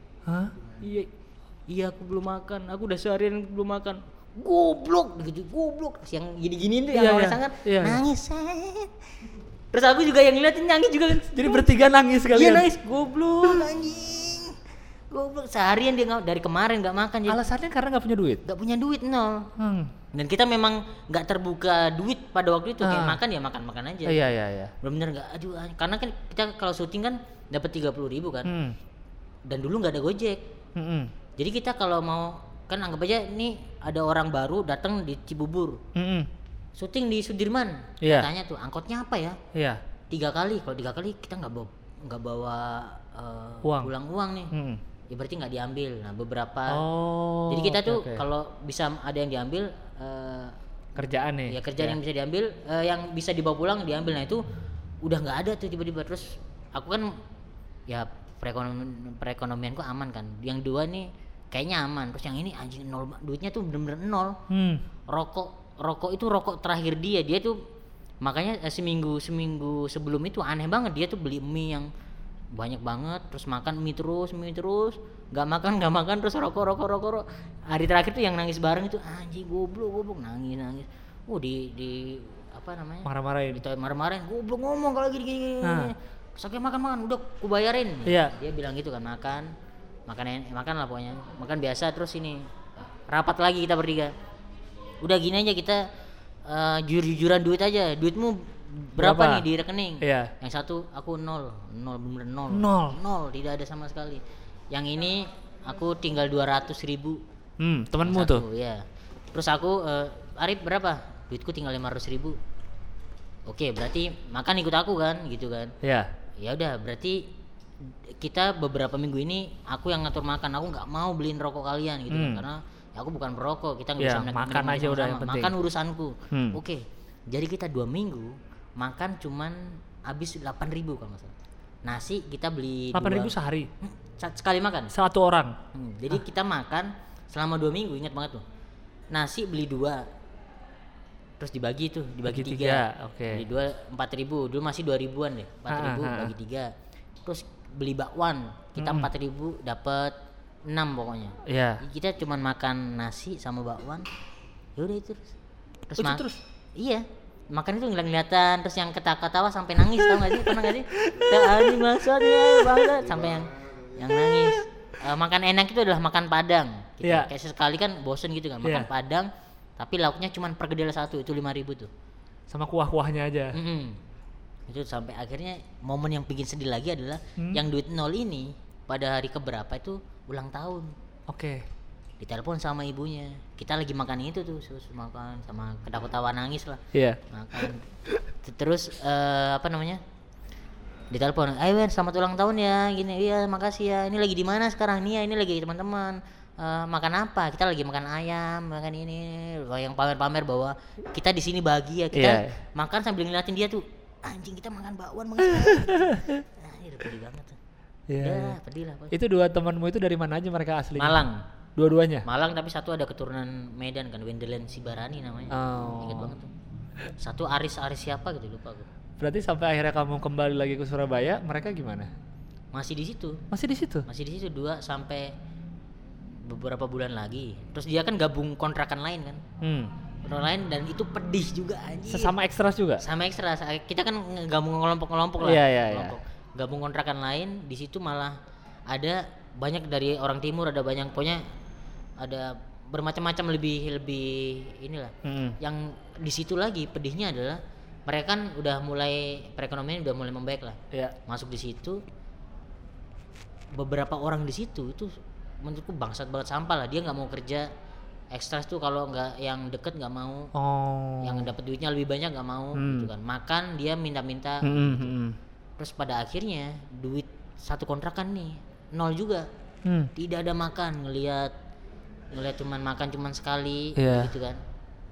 Iya, aku belum makan. Aku udah seharian belum makan. Goblok begitu, goblok. Terus yang gini-gini tuh yang orang sangat nangis. Terus aku juga yang ngeliatin nangis juga kan. Jadi bertiga nangis kalian. Iya nangis, goblok anjing. Goblok, seharian dia dari kemarin nggak makan. Jadi alasannya karena nggak punya duit. Nggak punya duit nol. Dan kita memang nggak terbuka duit pada waktu itu. Kayak makan ya makan aja. Iya. Bener-bener nggak, aduh. Karena kan kita kalau syuting kan dapat 30.000 kan. Dan dulu nggak ada Gojek. Jadi kita kalau mau kan anggap aja ini ada orang baru datang di Cibubur, syuting di Sudirman, katanya tuh angkotnya apa ya? 3 kali, kalau 3 kali kita nggak bawa pulang uang nih, ya berarti nggak diambil. Nah beberapa, jadi kita tuh kalau bisa ada yang diambil kerjaan nih, ya kerjaan yang bisa diambil, yang bisa dibawa pulang diambil. Nah itu udah nggak ada tuh tiba-tiba. Terus aku kan ya perekonomianku aman kan, yang dua nih kayaknya aman. Terus yang ini anjing nol, duitnya tuh bener-bener nol. Rokok itu rokok terakhir dia tuh makanya seminggu sebelum itu aneh banget, dia tuh beli mie yang banyak banget, terus makan mie terus, nggak makan terus rokok. Hari terakhir tuh yang nangis bareng itu anjing goblok nangis. Di apa namanya? Marah-marahin, goblok ngomong kalau gini. Sakit makan udah kubayarin. Dia bilang gitu kan, makan lah pokoknya, makan biasa. Terus ini rapat lagi kita bertiga, udah gini aja kita jujur-jujuran duit aja. Duitmu berapa nih di rekening? Yang satu aku nol, bener nol, tidak ada sama sekali. Yang ini aku tinggal 200.000. Temanmu tuh? Ya. Terus aku Arif berapa? Duitku tinggal 500.000. Oke, berarti makan ikut aku kan, gitu kan? Ya udah, berarti kita beberapa minggu ini aku yang ngatur makan. Aku nggak mau beliin rokok kalian gitu kan, karena aku bukan perokok. Kita nggak bisa makan aja udah yang penting. Makan urusanku. Oke. Jadi kita 2 minggu makan cuman habis 8.000 kalau nggak salah. Nasi kita beli 8.000 sehari. Sekali makan. 1 orang. Jadi kita makan selama 2 minggu, ingat banget tuh. Nasi beli 2. Terus dibagi 3. Beli 2 4.000. Dulu masih 2.000-an deh. 4.000 bagi 3. Terus beli bakwan, kita 4.000 dapat 6 pokoknya. Kita cuman makan nasi sama bakwan. Ya udah itu terus. Iya, makan itu ngeliat-ngeliatan, terus yang ketawa-ketawa sampai nangis, tau gak sih? Pernah gak sih? Tadi maksudnya bangga sampai yang nangis. Makan enak itu adalah makan Padang. Kayak sekali kan bosen gitu kan, makan Padang tapi lauknya cuman perkedel 1, itu 5.000 tuh. Sama kuah-kuahnya aja. Itu sampai akhirnya momen yang bikin sedih lagi adalah yang duit nol ini pada hari keberapa itu ulang tahun. Ditelepon sama ibunya, kita lagi makan itu tuh, makan sama ketawa-tawa nangis lah. Makan. Terus apa namanya? Ditelepon, "Ayo Wen, selamat ulang tahun ya." Gini, "Iya, makasih ya. Ini lagi di mana sekarang?" "Nih ya, ini lagi teman-teman." Makan apa? Kita lagi makan ayam, makan ini. Yang pamer-pamer bahwa kita di sini bahagia. Kita makan sambil ngeliatin dia tuh. Anjing, kita makan bakwan banget. Ini udah pedih banget tuh. Pedih lah. Itu 2 temanmu itu dari mana aja mereka aslinya? Malang. Dua-duanya? Malang, tapi satu ada keturunan Medan kan, Wendelen Sibarani namanya. Ingat banget tuh. Satu Aris siapa gitu, lupa aku. Berarti sampai akhirnya kamu kembali lagi ke Surabaya, mereka gimana? Masih di situ. Masih di situ? Masih di situ 2 sampai beberapa bulan lagi. Terus dia kan gabung kontrakan lain kan. Kontrakan lain dan itu pedih juga anjir. Sesama ekstras juga? Sama ekstras. Kita kan gabung kelompok-kelompok lah. Iya. Gabung kontrakan lain, di situ malah ada banyak dari orang timur, ada banyak, pokoknya ada bermacam-macam lebih inilah. Yang di situ lagi pedihnya adalah mereka kan udah mulai perekonomian udah mulai membaik lah. Iya. Masuk di situ beberapa orang di situ itu menurutku bangsat banget, sampah lah. Dia nggak mau kerja ekstras tuh, kalau nggak yang deket nggak mau, yang dapat duitnya lebih banyak nggak mau gitu kan. Makan dia minta-minta gitu. Terus pada akhirnya duit satu kontrakan nih 0 juga. Tidak ada makan, ngelihat cuman makan cuman sekali gitu kan.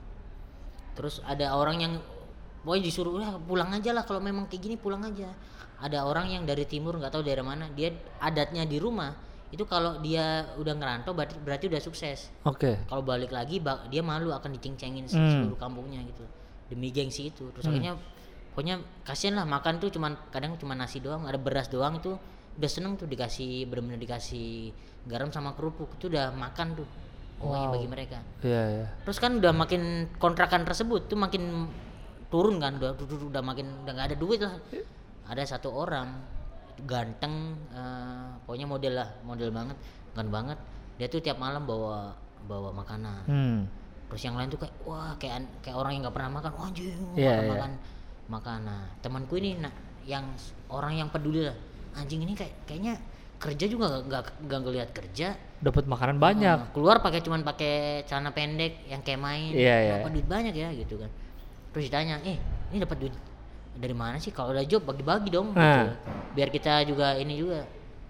Terus ada orang yang pokoknya disuruh pulang aja lah, kalau memang kayak gini pulang aja. Ada orang yang dari timur nggak tahu daerah mana, dia adatnya di rumah itu kalau dia udah ngerantau berarti udah sukses. Kalau balik lagi dia malu akan diceng-cengin seluruh kampungnya gitu demi gengsi itu. Terus akhirnya pokoknya kasian lah, makan tuh kadang cuma nasi doang, ada beras doang, itu udah seneng tuh, dikasih bener-bener dikasih garam sama kerupuk, itu udah makan tuh pokoknya bagi mereka. Terus kan udah makin kontrakan tersebut tuh makin turun kan, udah makin udah nggak ada duit lah. Ada satu orang ganteng, pokoknya model banget, ganteng banget. Dia tuh tiap malam bawa makanan. Terus yang lain tuh kayak wah kayak orang yang nggak pernah makan, anjing makan. Nah temanku ini yang orang yang peduli lah, anjing ini kayaknya kerja juga nggak ngelihat kerja, dapat makanan banyak, keluar cuman pakai celana pendek yang kayak main, dapat duit banyak ya gitu kan. Terus ditanya, ini dapat duit dari mana sih? Kalau udah job bagi-bagi dong gitu. Biar kita juga ini juga.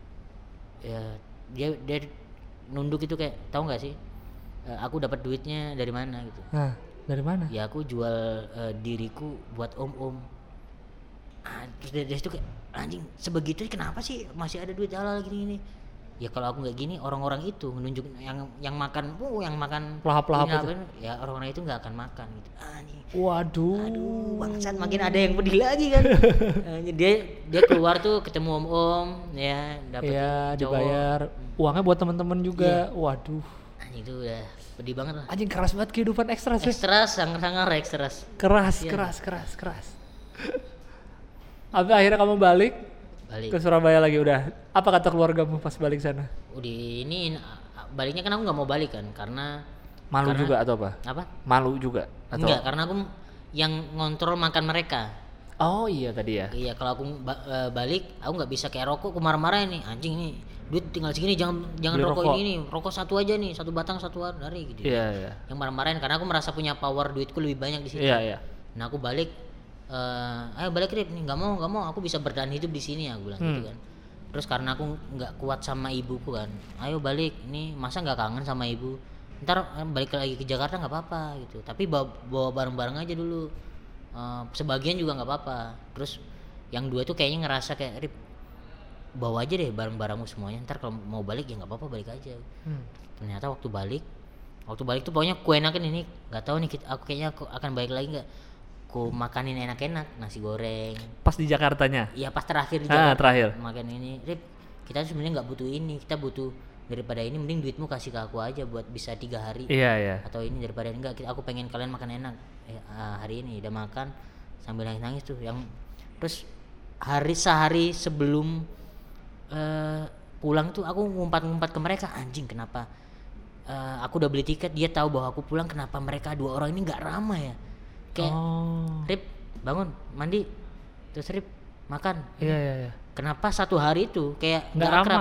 Ya dia nunduk itu kayak, tahu nggak sih? Aku dapat duitnya dari mana gitu. Dari mana? Ya aku jual diriku buat om. Terus dia itu kayak anjing, sebegitu kenapa sih masih ada duit halal gini? Ya kalau aku nggak gini, orang-orang itu menunjuk yang makan pelahap itu. Ya orang-orang itu nggak akan makan gitu. Anjing. Waduh. Bangsat, makin ada yang pedih lagi kan. dia keluar tuh ketemu om ya, dapat dibayar. Uangnya buat teman-teman juga. Waduh. Anjing itu udah pedih banget lah. Anjing keras banget kehidupan ekstras. Ekstras, sangat ekstras. Keras. Tapi akhirnya kamu balik ke Surabaya lagi udah. Apa kata keluargamu pas balik sana? Udah ini baliknya kan aku nggak mau balik kan karena malu juga atau apa? Apa? Malu juga atau? Enggak, karena aku yang ngontrol makan mereka. Oh iya tadi ya. Iya, kalau aku balik aku nggak bisa kayak rokok, aku marah-marah nih, anjing nih duit tinggal segini, jangan rokok ini, rokok satu aja nih, satu batang satu hari gitu. Iya. Yang marah-marahin karena aku merasa punya power, duitku lebih banyak di situ. Iya. Nah aku balik, ayo balik Rip nih, nggak mau, aku bisa bertahan hidup di sini, aku bilang gitu kan. Terus karena aku nggak kuat sama ibuku kan, ayo balik, nih masa nggak kangen sama ibu, ntar balik lagi ke Jakarta nggak apa-apa gitu, tapi bawa bareng-bareng aja dulu, sebagian juga nggak apa-apa. Terus yang 2 tuh kayaknya ngerasa kayak Rip, bawa aja deh barang-barangmu semuanya, ntar kalau mau balik ya nggak apa-apa, balik aja. Ternyata waktu balik tuh pokoknya ku enakin ini, nggak tahu nih aku kayaknya akan balik lagi nggak, ku makanin enak-enak, nasi goreng. Pas di Jakartanya? Iya pas terakhir di Jakarta. Terakhir. Makan ini, Rip, kita sebenarnya nggak butuh ini, kita butuh daripada ini mending duitmu kasih ke aku aja buat bisa 3 hari. Iya. Atau ini daripada enggak, aku pengen kalian makan enak. Hari ini udah makan sambil nangis tuh. Yang terus sehari sebelum pulang tuh aku ngumpat ke mereka, anjing kenapa aku udah beli tiket, dia tahu bahwa aku pulang, kenapa mereka 2 orang ini nggak ramah ya? Kayak Rip bangun mandi terus Rip makan. Iya. Kenapa 1 hari itu kayak nggak akrab?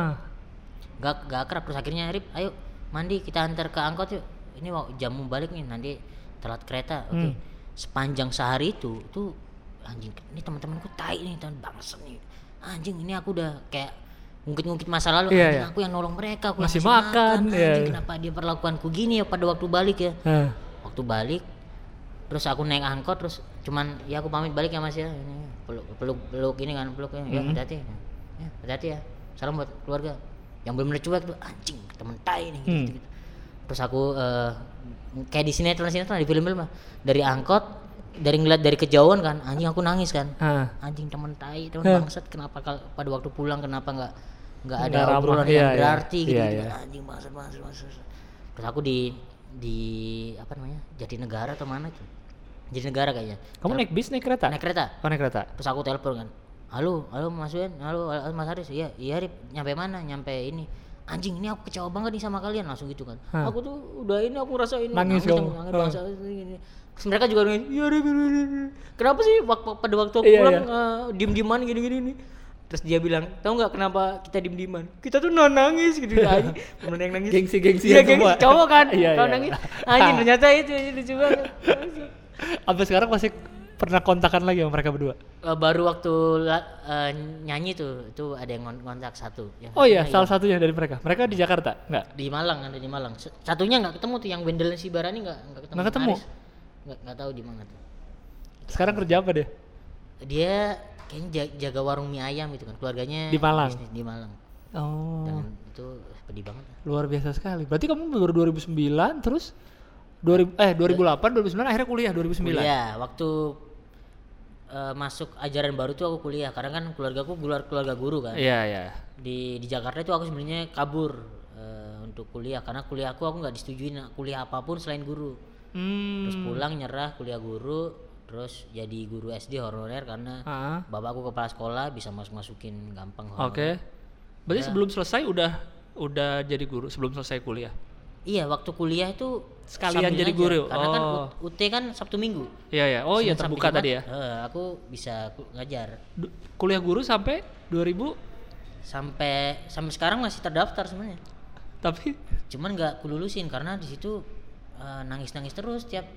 Nggak akrab. Terus akhirnya Rip, ayo mandi kita antar ke angkot yuk, ini jamu balik nih, nanti telat kereta. Oke. Sepanjang sehari itu tuh anjing, ini teman-temanku tai nih, teman bangsa nih, anjing ini aku udah kayak ngungkit masa lalu. Anjing aku yang nolong mereka, aku masih yang makan. Anjing kenapa dia perlakuanku gini ya pada waktu balik ya. Waktu balik terus aku naik angkot, terus cuman ya aku pamit balik ya Mas ya, ini peluk ini kan, peluk ya, hati-hati ya, salam buat keluarga. Yang benar-benar cuek tuh, anjing temen tai nih gitu. Terus aku kayak di sinetron di film-film lah, dari angkot dari ngeliat dari kejauhan kan, anjing aku nangis kan. Ah. Anjing teman bangsat, kenapa pada waktu pulang kenapa nggak ada Nggak ramah, obrolan iya, yang iya. berarti gitu, Iya, gitu. iya. Anjing bangsat. Terus aku di apa namanya, Jatinegara atau mana tuh, Jatinegara kayaknya. Kamu naik bis, naik kereta? Naik kereta. Oh, naik kereta. Terus aku telepon kan, halo Mas Wen, halo Mas Haris, iya Rip, nyampe mana? Nyampe ini. Anjing, ini aku kecewa banget nih sama kalian, langsung gitu kan. Aku tuh udah ini, aku ngerasain Nangis kamu. bangsa ini. Terus mereka juga nangis, iya Rip, kenapa sih pada waktu aku Iya, pulang iya. diem-dieman gini nih. Terus dia bilang, tahu nggak kenapa kita diem-dieman? Kita tuh nangis gitu aja. Bener yang nangis. Gengsi Iya, semua. cowok kan. Iya, Kalau iya. nangis, anjing ternyata itu lucu banget. Sampai sekarang masih pernah kontakan lagi sama mereka berdua? Baru waktu nyanyi tuh ada yang ngontak satu. Yang Oh iya, satunya salah satunya dari mereka. Mereka di Jakarta? Enggak? di Malang, ada di Malang. Satunya nggak ketemu tuh, yang Wendel si Barani nggak ketemu. Nggak ketemu? Haris. Nggak tahu di mana tuh. Sekarang kerja apa dia? Dia kayaknya jaga warung mie ayam gitu kan, keluarganya Di Malang? bisnis di Malang. Oh, Dan itu pedih banget. luar biasa sekali. Berarti kamu baru 2009 terus 2008, 2009 akhirnya kuliah 2009. Kuliah, waktu masuk ajaran baru tuh aku kuliah, karena kan keluargaku keluarga guru kan. Iya, iya. Di Jakarta itu aku sebenarnya kabur untuk kuliah, karena kuliahku aku nggak disetujuin kuliah apapun selain guru. Terus pulang nyerah kuliah guru, terus jadi guru SD honorer karena bapakku kepala sekolah, bisa masukin gampang honorer. Oke. Berarti sebelum selesai udah jadi guru sebelum selesai kuliah. Iya, waktu kuliah itu Sekalian sambil jadi ngajar, guru. karena kan Oh. UT kan Sabtu Minggu. Iya, iya. Oh iya, Senin sampai terbuka Jumat, tadi ya. aku bisa ngajar. Kuliah guru sampai 2000 Sampai sekarang masih terdaftar sebenarnya. tapi Cuman nggak kululusin karena di situ nangis terus tiap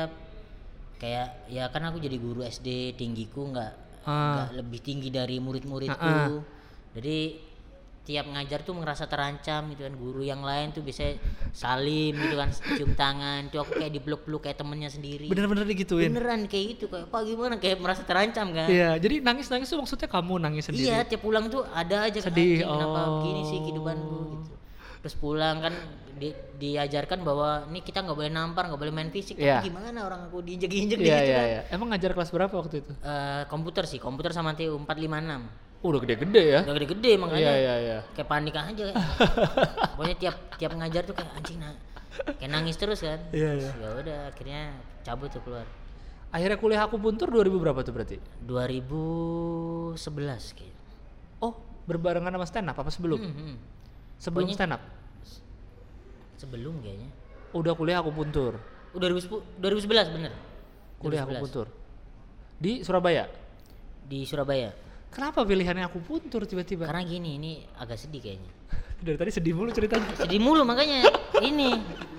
kayak, ya kan aku jadi guru SD, tinggiku nggak lebih tinggi dari murid-muridku. Jadi tiap ngajar tuh merasa terancam gitu kan. Guru yang lain tuh bisa salim gitu kan, cium tangan tuh, aku kayak dipeluk-peluk kayak temennya sendiri. bener-bener digituin. Beneran kayak gitu, kayak apa gimana, kayak merasa terancam kan. Iya, jadi nangis-nangis tuh maksudnya kamu nangis sendiri. Iya, tiap pulang tuh ada aja Sedih, anjing, kenapa oh. begini sih kehidupanku gitu. Terus pulang kan diajarkan bahwa ini kita nggak boleh nampar, nggak boleh main fisik. Iya. Tapi gimana orang aku diinjek-injek Iya, gitu iya, kan. iya. Emang ngajar kelas berapa waktu itu? Komputer sama TU 456. Udah gede-gede ya. Udah gede-gede makanya. Iya, iya, iya. Kayak panik aja kan. Pokoknya tiap ngajar tuh kayak anjing, kayak nangis terus kan. Iya, iya. Ya udah akhirnya cabut tuh keluar. Akhirnya kuliah akupuntur 2000 berapa tuh berarti? 2011 kayaknya. Oh, berbarengan sama stand up apa sebelum? Sebelum Pokoknya- stand up. Sebelum kayaknya. Udah kuliah akupuntur. 2011 bener. Kuliah 2011. akupuntur. Di Surabaya. Di Surabaya. Kenapa pilihannya akupuntur tiba-tiba? Karena gini, ini agak sedih kayaknya. Dari tadi sedih mulu ceritanya. Sedih mulu makanya ini.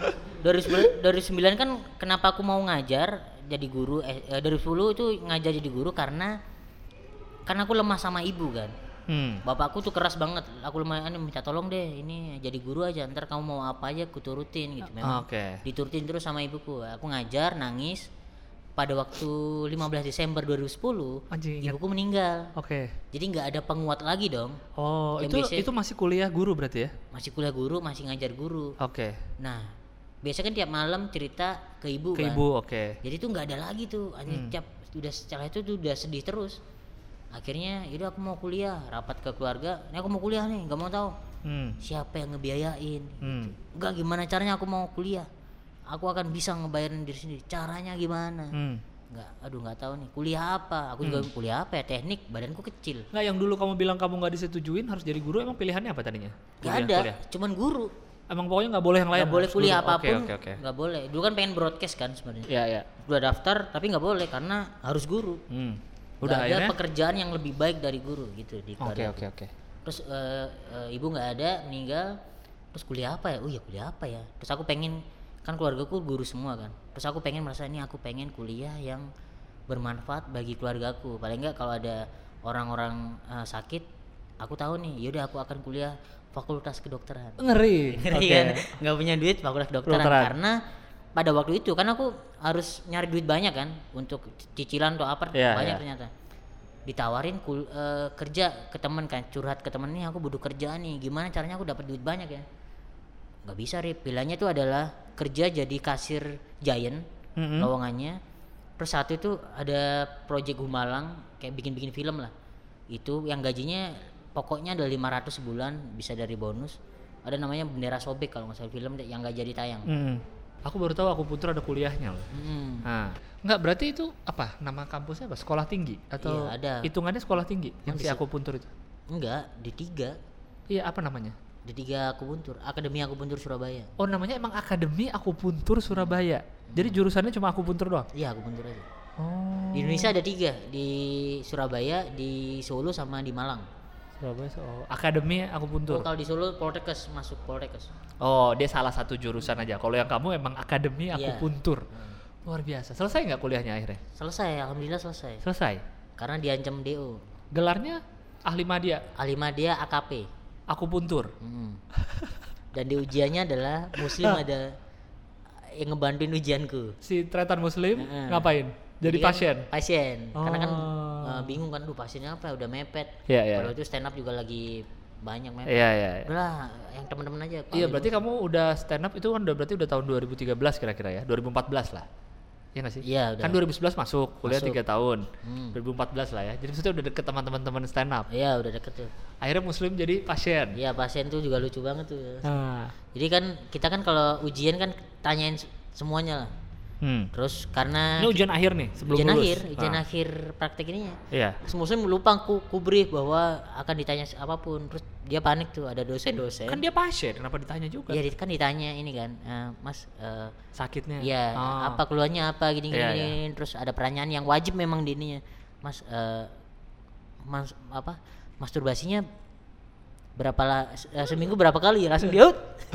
2009 kan kenapa aku mau ngajar jadi guru, 2010 itu ngajar jadi guru karena aku lemah sama ibu kan. Bapakku tuh keras banget. Aku lumayan minta tolong deh, ini jadi guru aja, ntar kamu mau apa aja aku turutin gitu. Memang diturutin terus sama ibuku. Aku ngajar, nangis. Pada waktu 15 Desember 2010 Anjing, ingat. ibuku meninggal. Oke. Jadi nggak ada penguat lagi dong. Oh, Yang itu masih kuliah guru berarti ya? Masih kuliah guru, masih ngajar guru. Oke. Nah, biasa kan tiap malam cerita ke ibu Ke kan. ibu, oke. Jadi tuh nggak ada lagi tuh. Tiap udah setelah itu tuh udah sedih terus. Akhirnya yaudah aku mau kuliah, rapat ke keluarga. Ini aku mau kuliah nih, nggak mau tahu siapa yang ngebiayain. Gitu. Enggak, gimana caranya aku mau kuliah? Aku akan bisa ngebayarin diri sendiri. Caranya gimana? Nggak tahu nih. Kuliah apa? Aku juga kuliah apa ya? Teknik, badanku kecil. Nggak, yang dulu kamu bilang kamu nggak disetujuin harus jadi guru, emang pilihannya apa tadinya? Nggak ada, cuman guru. Emang pokoknya nggak boleh yang lain? Nggak boleh harus kuliah guru. apapun. Oke. Nggak boleh. Dulu kan pengen broadcast kan sebenarnya. Iya, iya. Udah daftar tapi nggak boleh karena harus guru. Udah Nggak ada akhirnya? pekerjaan yang lebih baik dari guru gitu di keluarga. Oke. Terus ibu nggak ada, meninggal. Terus kuliah apa ya? Oh ya kuliah apa ya? Terus aku pengen, kan keluargaku guru semua kan. Terus aku pengen merasa ini, aku pengen kuliah yang bermanfaat bagi keluargaku. Paling nggak kalau ada orang-orang sakit, aku tahu nih. Yaudah aku akan kuliah fakultas kedokteran. Ngeri. Kan? Nggak punya duit fakultas kedokteran. Karena pada waktu itu kan aku harus nyari duit banyak kan untuk cicilan atau apa, banyak ternyata. Ditawarin kerja ke temen kan, curhat ke temen, nih aku butuh kerjaan nih, gimana caranya aku dapat duit banyak ya? Nggak bisa, Rip. Pilihannya itu adalah kerja jadi kasir Giant lowongannya, Terus satu itu ada project Gumalang kayak bikin film lah. Itu yang gajinya pokoknya ada 500 sebulan, bisa dari bonus. Ada namanya Bendera Sobek kalau nggak salah, film yang nggak jadi tayang. Aku baru tahu akupuntur ada kuliahnya loh. Nah, nggak berarti itu apa? Nama kampusnya apa? Sekolah tinggi atau Iya, ada. hitungannya sekolah tinggi yang si akupuntur itu? Enggak, D3. Iya, apa namanya? D3 akupuntur, Akademi Akupuntur Surabaya. Oh, namanya emang Akademi Akupuntur Surabaya. Jadi jurusannya cuma akupuntur doang? Iya, akupuntur aja. Oh. Di Indonesia ada 3, di Surabaya, di Solo, sama di Malang. Surabaya, Akademi Akupuntur. Oh, kalau di Solo Poltekkes, masuk Poltekkes. Oh, dia salah satu jurusan aja. Kalau yang kamu emang Akademi Iya. Akupuntur. Luar biasa. Selesai nggak kuliahnya akhirnya? Selesai, alhamdulillah selesai. Selesai. Karena diancam DO. Gelarnya ahli media Alimadia AKP. akupuntur. Dan di ujiannya adalah Muslim ada yang ngebantuin ujianku. Si tretan muslim ngapain? Jadi kan pasien. Pasien. Karena kan Oh. bingung kan, pasiennya apa udah mepet. Iya, iya. Kalau itu stand up juga lagi banyak mepet. Iya, iya. Udahlah, yang teman-teman aja. Iya, berarti kamu udah stand up itu kan berarti udah tahun 2013 kira-kira ya? 2014 lah. Iya nggak sih? Iya, udah. Kan 2011 masuk, kuliah Masuk. 3 tahun. 2014 lah ya. Jadi maksudnya udah deket teman-teman stand up. Iya, udah deket tuh. Akhirnya muslim jadi pasien. Iya, pasien tuh juga lucu banget tuh. Nah. Jadi kan kita kan kalau ujian kan tanyain semuanya lah. Terus karena Ini ujian akhir nih sebelum ujian lulus. ujian akhir praktek ininya. Iya. Muslim lupa ku brief bahwa akan ditanya apapun. Terus dia panik tuh, ada dosen-dosen. Kan dia pasien, kenapa ditanya juga? Iya, kan ditanya ini kan, Mas, Sakitnya. iya apa keluhannya apa gini. Iya. Terus ada pertanyaan yang wajib memang di ininya. Mas, masturbasinya seminggu berapa kali? Langsung dia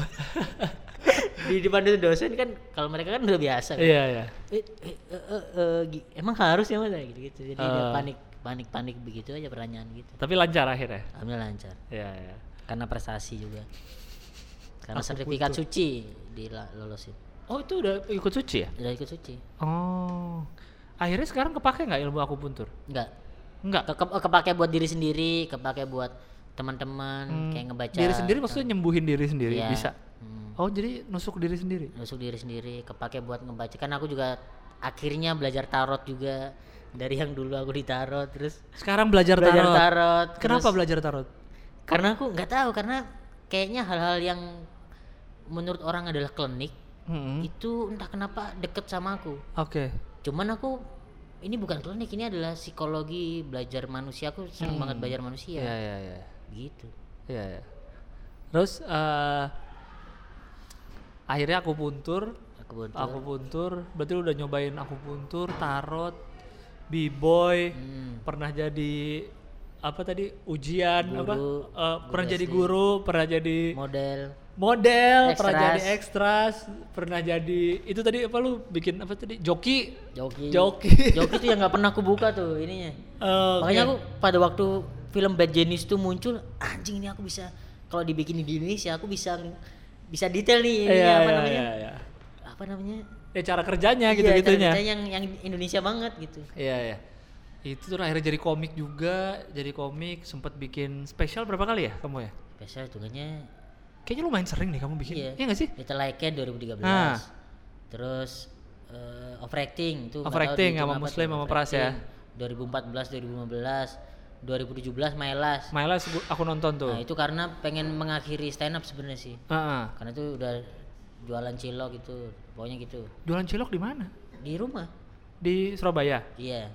di depan dosen kan, kalau mereka kan udah biasa kan? Iya, iya. Emang harus ya Mas gitu. Jadi dia panik begitu aja pertanyaan gitu. Tapi lancar akhirnya. Alhamdulillah lancar. Iya, iya. Karena prestasi juga. Karena Aku sertifikat butuh. suci lolosin. Oh, itu udah ikut suci ya? Udah ikut suci. Oh. Akhirnya sekarang kepake nggak ilmu akupuntur? Enggak. Enggak. Kepake buat diri sendiri, kepake buat teman-teman, kayak ngebaca. Diri sendiri maksudnya nyembuhin diri sendiri Iya. bisa. Oh, jadi nusuk diri sendiri. Nusuk diri sendiri, kepake buat ngebaca. Kan aku juga akhirnya belajar tarot juga, dari yang dulu aku di tarot, terus Sekarang belajar tarot. Kenapa terus- belajar tarot? Karena aku nggak tahu, karena kayaknya hal-hal yang menurut orang adalah klinik itu entah kenapa deket sama aku. Oke. Cuman aku ini bukan klinik, ini adalah psikologi, belajar manusia. Aku seneng banget belajar manusia. Iya, iya, iya. Gitu. Iya, iya. Terus akhirnya akupuntur, berarti lu udah nyobain akupuntur, tarot, b-boy, pernah jadi apa tadi ujian Guru, apa pernah guru jadi SD. guru, pernah jadi Model, pernah Extras. jadi ekstras, pernah jadi itu tadi apa lu bikin apa tadi joki joki tuh yang nggak pernah aku buka tuh ininya. Makanya aku pada waktu film Bad Genius tuh muncul, anjing ini aku bisa, kalau dibikin di Indonesia aku bisa detail nih ininya, apa namanya ya cara kerjanya Iya, gitu-gitunya. cara kerjanya yang Indonesia banget gitu. Iya, iya. Itu tuh akhirnya jadi komik juga, sempat bikin spesial berapa kali ya kamu ya? Spesial hitungannya Kayaknya lumayan sering nih kamu bikin. Iya nggak sih? Little Like It 2013. Nah. Terus Overacting itu Overacting sama Muslim sama Pras ya. 2014, 2015, 2017 My Last. Mylas aku nonton tuh. Nah, itu karena pengen mengakhiri stand up sebenarnya sih. Heeh. Karena itu udah jualan cilok gitu. Pokoknya gitu. Jualan cilok di mana? Di rumah. Di Surabaya. Iya.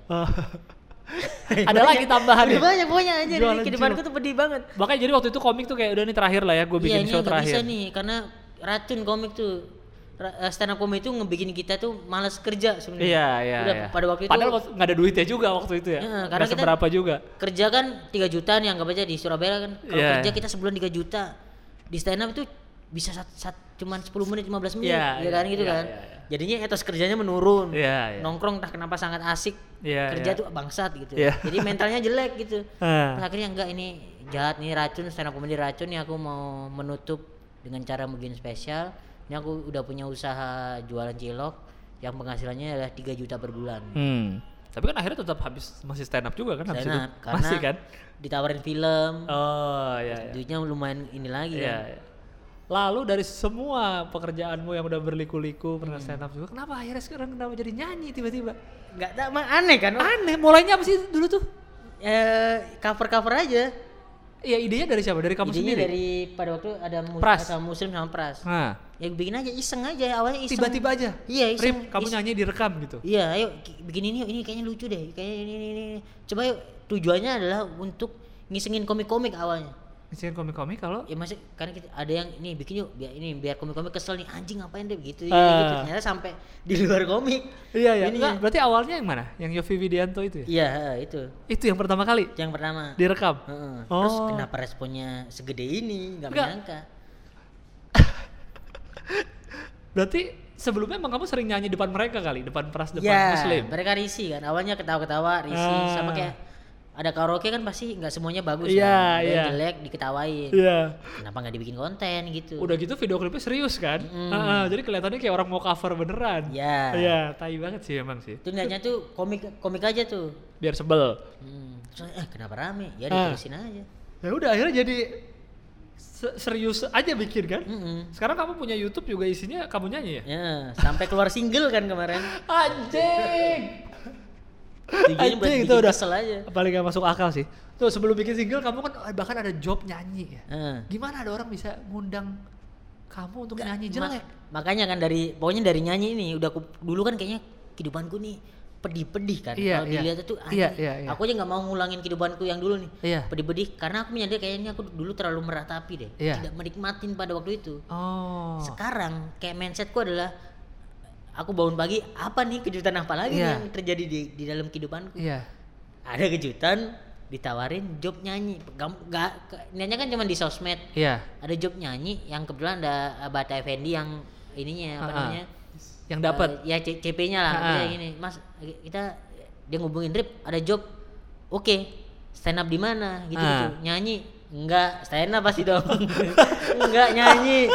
Ada lagi tambahan nih. Banyak pokoknya aja Jualan nih, kehidupanku cilok. tuh pedih banget. Makanya jadi waktu itu komik tuh kayak udah nih terakhir lah ya, gue bikin ini show nggak terakhir. bisa nih, karena racun komik tuh. Stand up comedy itu ngebikin kita tuh malas kerja sebenarnya. Iya, iya. Udah iya. pada waktu itu. Padahal nggak ada duitnya juga waktu itu ya. Ya, karena Nggak kita seberapa juga. Kerja kan 3 juta nih, anggap aja di Surabaya kan. Kalau Iya. kerja kita sebulan 3 juta. Di stand up itu bisa cuman 10 menit 15 menit Iya, ya kan iya, gitu iya, kan. iya, iya. Jadinya etos kerjanya menurun. Iya, iya. Nongkrong entah kenapa sangat asik. Iya, Kerja iya. tuh bangsat gitu. Iya. Jadi mentalnya jelek gitu. Ah. Terus akhirnya enggak, ini jahat nih, racun, stand up comedy racun nih, aku mau menutup dengan cara bikin spesial. Ini aku udah punya usaha jualan cilok yang penghasilannya adalah 3 juta per bulan. Tapi kan akhirnya tetap masih stand up juga kan habis Stand itu. up, karena Masih kan? ditawarin film. Oh, iya, iya. Duitnya lumayan ini lagi Iya, kan. iya. Lalu dari semua pekerjaanmu yang udah berliku-liku pernah stand up juga, kenapa akhirnya sekarang kenapa jadi nyanyi tiba-tiba? Enggak tahu, aneh kan? Aneh, mulainya apa sih dulu tuh? Cover aja. Iya, idenya dari siapa? Dari kamu Idenya sendiri? dari pada waktu ada Pras. Muslim sama Pras. Nah, Ya bikin aja, iseng aja, awalnya iseng. tiba-tiba aja. Iya, iseng. Rip, kamu nyanyi direkam gitu. Iya, ayo bikin ini kayaknya lucu deh. Kayak ini. Coba yuk, tujuannya adalah untuk ngisengin komik-komik awalnya. Isian komik-komik kalau Ya masih karena kita ada yang ini bikin yuk biar komik-komik kesel nih, anjing ngapain deh gitu. Ternyata sampai di luar komik. Iya. Ininya. Enggak, berarti awalnya yang mana? Yang Yovie Widianto itu ya? Iya, itu. Itu yang pertama kali Yang pertama. direkam. Terus kenapa responnya segede ini? Enggak menyangka. Berarti sebelumnya emang kamu sering nyanyi depan mereka kali, depan Pras, depan Ya, Muslim. mereka risih kan. Awalnya ketawa-ketawa, risih sama kayak ada karaoke kan pasti nggak semuanya bagus Iya, kan. Ada iya. yang jelek diketawain. Iya. Kenapa nggak dibikin konten gitu? Udah gitu video klipnya serius kan? Jadi kelihatannya kayak orang mau cover beneran. Iya. Iya, tai banget sih emang sih. Itu niatnya tuh komik aja tuh. Biar sebel. Terus, kenapa rame? Ya diterusin aja. Ya udah akhirnya jadi serius aja bikin kan? Sekarang kamu punya YouTube juga isinya kamu nyanyi ya? Ya, sampai keluar single kan kemarin. Anjing. Tujuannya buat Anjing, bikin itu udah kesel aja. paling gak masuk akal sih. Tuh sebelum bikin single kamu kan bahkan ada job nyanyi ya. Gimana ada orang bisa ngundang kamu untuk nyanyi jelek? Makanya kan pokoknya dari nyanyi ini dulu kan kayaknya kehidupanku nih pedih-pedih kan. Iya, Kalau dilihat itu iya. aku aja nggak mau ngulangin kehidupanku yang dulu nih. Iya. Pedih-pedih karena aku menyadari kayaknya aku dulu terlalu meratapi deh. Iya. Tidak menikmatin pada waktu itu. Oh. Sekarang kayak mindsetku adalah aku bangun pagi, apa nih kejutan apa lagi nih yang terjadi di dalam kehidupanku? Iya. Ada kejutan, ditawarin job nyanyi. Niatnya kan cuma di sosmed. Iya. Ada job nyanyi yang kebetulan ada Bata Effendi yang ininya apa namanya? Yang dapat. Ya CP-nya lah. Kayak gini, Mas, dia ngubungin Rip, ada job. Oke. Stand up di mana? Gitu. Nyanyi. Enggak, stand up pasti dong. Enggak nyanyi.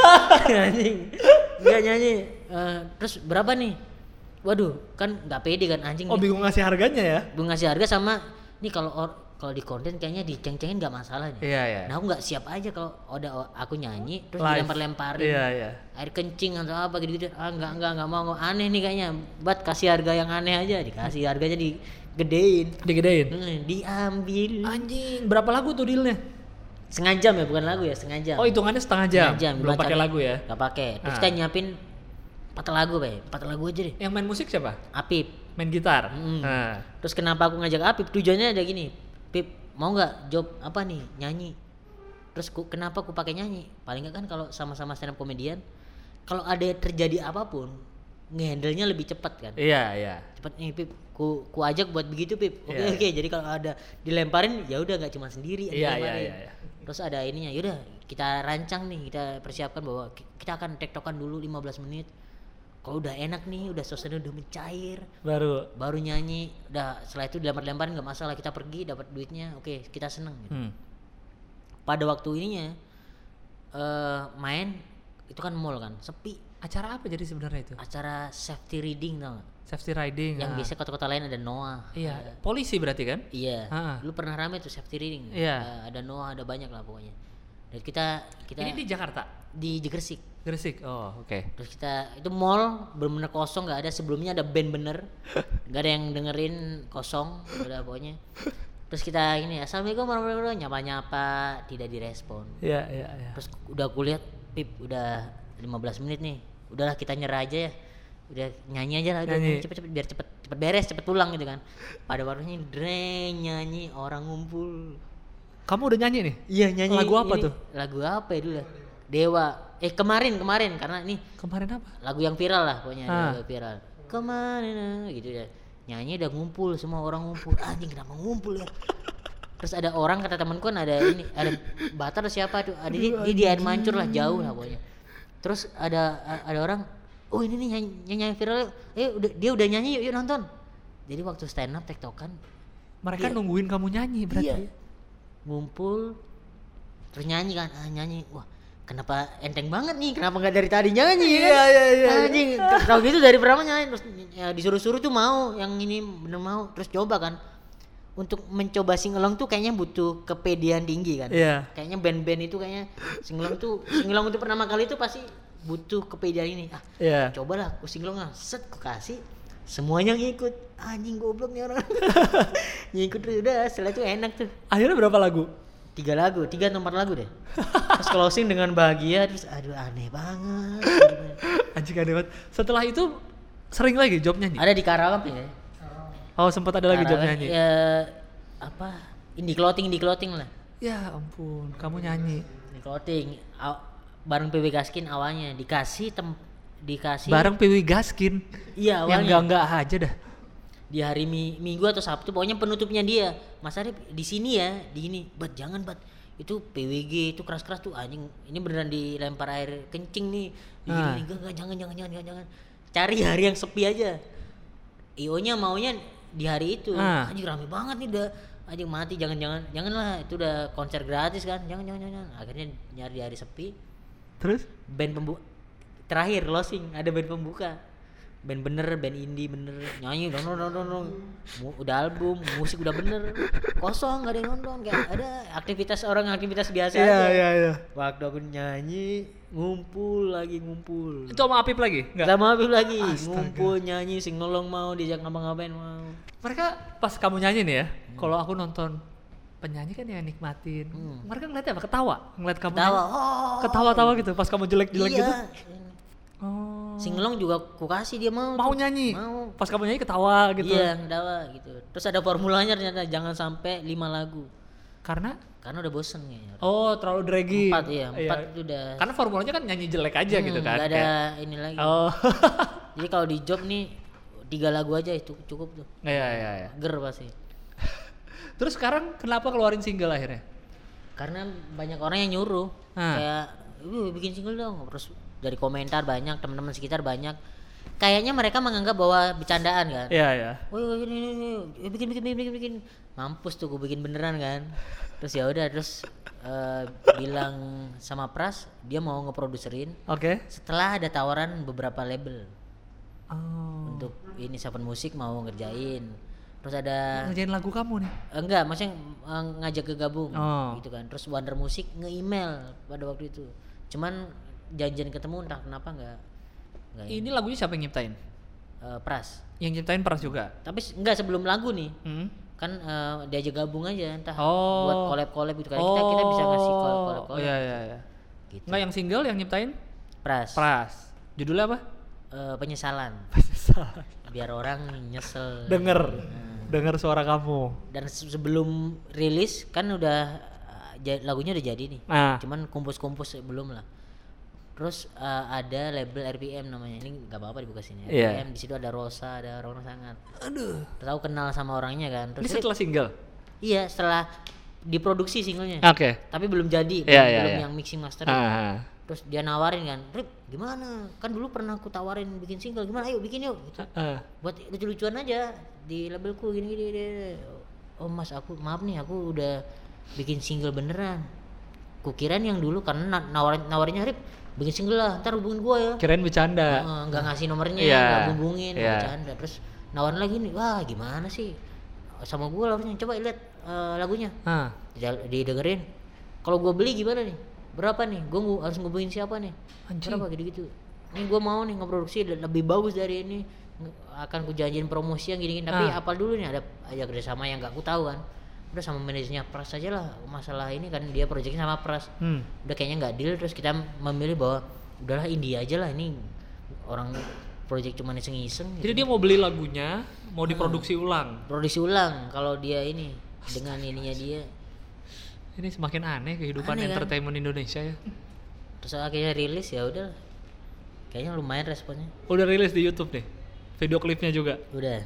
Enggak nyanyi. Terus berapa nih? Waduh, kan nggak pede kan anjing. Oh, bingung ngasih harganya ya? Bingung ngasih harga sama nih kalau di konten kayaknya diceng-cengin nggak masalah nih. Iya. Nah aku nggak siap aja kalau udah aku nyanyi terus Live. dilempar-lemparin Iya. air kencing atau apa gitu-gitu. Nggak mau, aneh nih kayaknya. Kasih harga yang aneh aja, dikasih harganya digedein. Diambil. Anjing, berapa lagu tuh dealnya? Setengah jam ya, bukan lagu ya, setengah jam. Oh, hitungannya setengah jam. Belum pakai lagu ya? Nggak pakai. Terus kita nyiapin 4 lagu, Pak. 4 lagu aja deh. Yang main musik siapa? Apip. Main gitar. Terus kenapa aku ngajak Apip? Tujuannya ada gini. Pip, mau nggak job apa nih, nyanyi? Terus kenapa aku pakai nyanyi? Paling nggak kan kalau sama-sama stand up komedian, kalau ada terjadi apapun, ngehandle-nya lebih cepat kan? Iya. Cepat nih Pip, ku ajak buat begitu Pip. Oke. Jadi kalau ada dilemparin ya udah nggak cuma sendiri. Iya. Terus ada ininya, yaudah kita rancang nih, kita persiapkan bahwa kita akan tektokan dulu 15 menit. Kalau udah enak nih, udah suasana udah mencair, baru nyanyi. Udah setelah itu dilempar-lemparin nggak masalah, kita pergi dapat duitnya, oke kita seneng. Gitu. Pada waktu ininya main itu kan mall kan, sepi. Acara apa jadi sebenarnya itu? Acara safety reading tau gak? Safety riding. Yang biasa kota-kota lain ada Noah. Iya. Polisi berarti kan? Iya. Lu pernah rame tuh safety reading. Iya. Ada Noah, ada banyak lah pokoknya. Dan kita ini di Jakarta? Di Gresik. Oh oke. Terus kita itu mall bener-bener kosong, nggak ada. Sebelumnya ada band bener, nggak ada yang dengerin, kosong udah pokoknya. Terus kita ini, assalamualaikum warahmatullahi wabarakatuh, nyapa-nyapa, tidak direspon. Iya. Terus udah kulihat Pip udah 15 menit nih, udahlah kita nyerah aja ya, udah nyanyi aja lah, udah cepet-cepet biar cepet beres, cepet pulang gitu kan. Pada waktunya nyanyi, orang ngumpul. Kamu udah nyanyi nih? Iya nyanyi. Lagu apa tuh? Lagu apa ya dulu? Dewa. Kemarin karena ini. Kemarin apa? Lagu yang viral lah pokoknya, lagu viral. Kemarin gitu ya. Nyanyi udah ngumpul, semua orang ngumpul. Anjing kenapa ngumpul ya? Terus ada orang, kata temanku kan ada Batar siapa tuh? Ada di air mancur lah, jauh lah pokoknya. Terus ada orang, oh ini nih nyanyi viral. Dia udah nyanyi, yuk nonton. Jadi waktu stand up tektokan, mereka nungguin kamu nyanyi berarti. Iya. Ngumpul terus nyanyi kan, nyanyi. Wah, kenapa enteng banget nih? Kenapa nggak dari tadi nyanyi? Iya. Anjing, tahu gitu dari pertama nyanyi, terus ya disuruh-suruh tuh mau, yang ini bener mau. Terus coba kan. Untuk mencoba singelong tuh kayaknya butuh kepedean tinggi kan. Iya. Kayaknya band-band itu kayaknya singelong untuk pertama kali itu pasti butuh kepedean ini. Cobalah aku singelong lah, set aku kasih. semuanya ngikut, anjing goblok nih orang. Ngikut terus udah, setelah itu enak tuh. Akhirnya berapa lagu? 3 atau 4 lagu deh. Terus closing dengan bahagia, terus aduh aneh banget. Anjing aneh banget. Setelah itu sering lagi job nyanyi? Ada di karaoke ya. Oh sempat ada lagi job nyanyi? Ya apa, indie clothing lah. Ya ampun, kamu nyanyi? Indie clothing, bareng PW Gaskin awalnya, dikasih bareng PW Gaskin? Iya Yang awalnya. enggak aja dah. Di hari Minggu atau Sabtu pokoknya penutupnya dia, Mas Arif di sini ya, di ini, Bat jangan Bat, itu PWG itu keras-keras tuh anjing, ini beneran dilempar air kencing nih, enggak jangan, cari hari yang sepi aja. IO-nya maunya di hari itu, anjing rame banget nih udah, anjing mati, janganlah itu udah konser gratis kan, jangan, akhirnya nyari di hari sepi. Terus? Band terakhir closing ada band pembuka. Band bener, band indie bener, nyanyi dong, udah album, musik udah bener, kosong gak ada yang nonton, kayak ada aktivitas biasa aja. Iya. Waktu aku nyanyi, ngumpul. Itu sama Apip lagi? Enggak? Sama Apip lagi, Astaga. ngumpul nyanyi, singelong mau, diajak ngapa-ngapain mau. Mereka pas kamu nyanyi nih ya, kalau aku nonton penyanyi kan yang nikmatin, mereka ngeliatnya apa? Ketawa? Ngeliat kamu Ketawa, nyanyi? Ketawa-tawa gitu, pas kamu jelek-jelek iya. gitu? Oh. Singelong juga ku kasih dia mau Nyanyi? Mau. Pas kamu nyanyi ketawa gitu? Iya, ketawa gitu. Terus ada formulanya ternyata, jangan sampai 5 lagu. Karena Udah bosen kayaknya. oh terlalu draggy. 4 itu udah. Karena formulanya kan nyanyi jelek aja gitu kan. Gak ada ini lagi. Oh. Jadi kalau di job nih 3 lagu aja itu cukup tuh. Iya. Ger pasti. Terus sekarang kenapa keluarin single akhirnya? Karena banyak orang yang nyuruh. Kayak, bikin single dong. Terus dari komentar banyak, teman-teman sekitar banyak. Kayaknya mereka menganggap bahwa bercandaan kan. Iya. Woi ini bikin. Mampus tuh gue bikin beneran kan. Terus ya udah bilang sama Pras dia mau ngeproduserin. Oke. Setelah ada tawaran beberapa label. Oh. Untuk ini Saven Musik mau ngerjain. Terus ada ngerjain lagu kamu nih? Enggak, maksudnya ngajak ke gabung gitu kan. Terus Wonder Music nge-email pada waktu itu. Cuman janjian ketemu entah kenapa enggak ini lagunya siapa yang nyiptain? Pras. Yang nyiptain Pras juga? Tapi enggak sebelum lagu nih. Kan diajak gabung aja entah buat collab gitu kan. Kita bisa ngasih collab. Oh iya. Gitu. Enggak yang single yang nyiptain? Pras. Judulnya apa? Penyesalan. Biar orang nyesel. Denger suara kamu. Dan sebelum rilis kan udah lagunya udah jadi nih. Cuman kumpus belum lah. Terus ada label RPM namanya. Ini enggak apa-apa dibuka sini. RPM di situ ada Rosa, ada Rono Sangat. Aduh. Tahu kenal sama orangnya kan. Terus ini setelah single? Iya, setelah diproduksi singlenya. Oke. Tapi belum jadi, belum yang mixing master. Terus dia nawarin kan, "Rip, gimana? Kan dulu pernah aku tawarin bikin single, gimana? Ayo bikin yuk." Gitu. Buat lucu-lucuan aja di labelku gini. Oh Mas, maaf nih, aku udah bikin single beneran. Kukirain yang dulu karena nawarinnya, "Rip, bikin single lah, ntar hubungin gua ya." Kirain bercanda. Nggak ngasih nomornya, nggak hubungin, bercanda. Terus nawarin lagi nih, wah gimana sih sama gua harusnya, coba lihat lagunya. Didengerin. Kalau gua beli gimana nih? Berapa nih? Gua harus ngubungin siapa nih? Berapa gitu-gitu. Ini gua mau nih ngeproduksi lebih bagus dari ini. Akan ku janjiin promosi yang gini-gini, tapi apal dulu nih, ada kerjasama yang gak ku tahu kan. Udah sama manajernya Pras aja lah, masalah ini kan dia proyeknya sama Pras. Udah kayaknya nggak deal, terus kita memilih bahwa udahlah indie aja lah, ini orang proyek cuma iseng-iseng gitu. Jadi dia mau beli lagunya, mau diproduksi ulang. Produksi ulang kalau dia ini dengan ininya dia. Ini semakin aneh kehidupan entertainment Indonesia ya. Terus akhirnya rilis, ya udah. Kayaknya lumayan responnya. Udah rilis di YouTube nih. Video klipnya juga. Udah.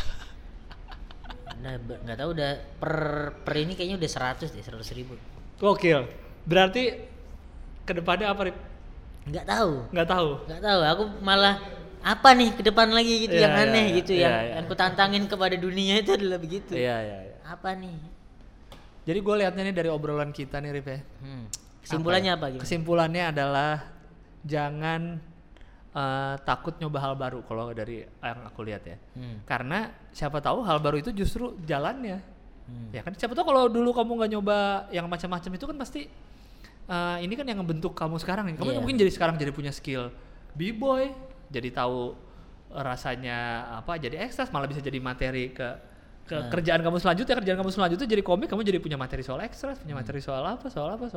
Nah, nggak tahu udah per ini kayaknya udah 100.000. Gokil. Berarti kedepannya apa, Rip? Nggak tahu. Aku malah apa nih ke depan lagi gitu yang aneh gitu yang ku tantangin kepada dunia itu adalah begitu. Iya. Apa nih? Jadi gue liatnya nih dari obrolan kita nih, Rip ya. Kesimpulannya apa gitu? Kesimpulannya adalah jangan takut nyoba hal baru kalau dari yang aku lihat ya. Karena siapa tahu hal baru itu justru jalannya. Ya kan, siapa tahu kalau dulu kamu nggak nyoba yang macam-macam itu kan pasti ini kan yang ngebentuk kamu sekarang nih. Kamu mungkin sekarang jadi punya skill B-boy, jadi tahu rasanya apa jadi ekstras, malah bisa jadi materi ke kerjaan kamu selanjutnya jadi komik, kamu jadi punya materi soal ekstras, punya materi soal apa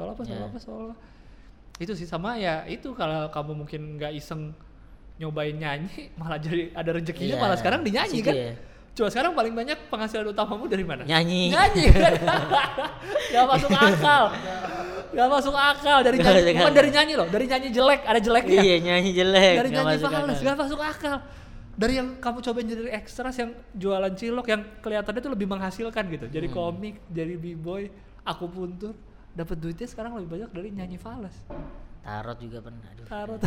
itu sih. Sama ya itu kalau kamu mungkin nggak iseng nyobain nyanyi malah jadi ada rezekinya, malah sekarang dinyanyi kan ya. Coba sekarang paling banyak penghasilan utamamu dari mana? Nyanyi kan? Gak masuk akal dari nyanyi, bukan dari nyanyi loh, dari nyanyi jelek, ada jeleknya. Iya, nyanyi jelek. Dari nyanyi fals, gak masuk akal. Dari yang kamu cobain jadi ekstras, yang jualan cilok, yang kelihatannya tuh lebih menghasilkan gitu. Jadi komik, jadi b-boy, aku puntur, dapat duitnya sekarang lebih banyak dari nyanyi fals. Tarot juga pernah. Tarot.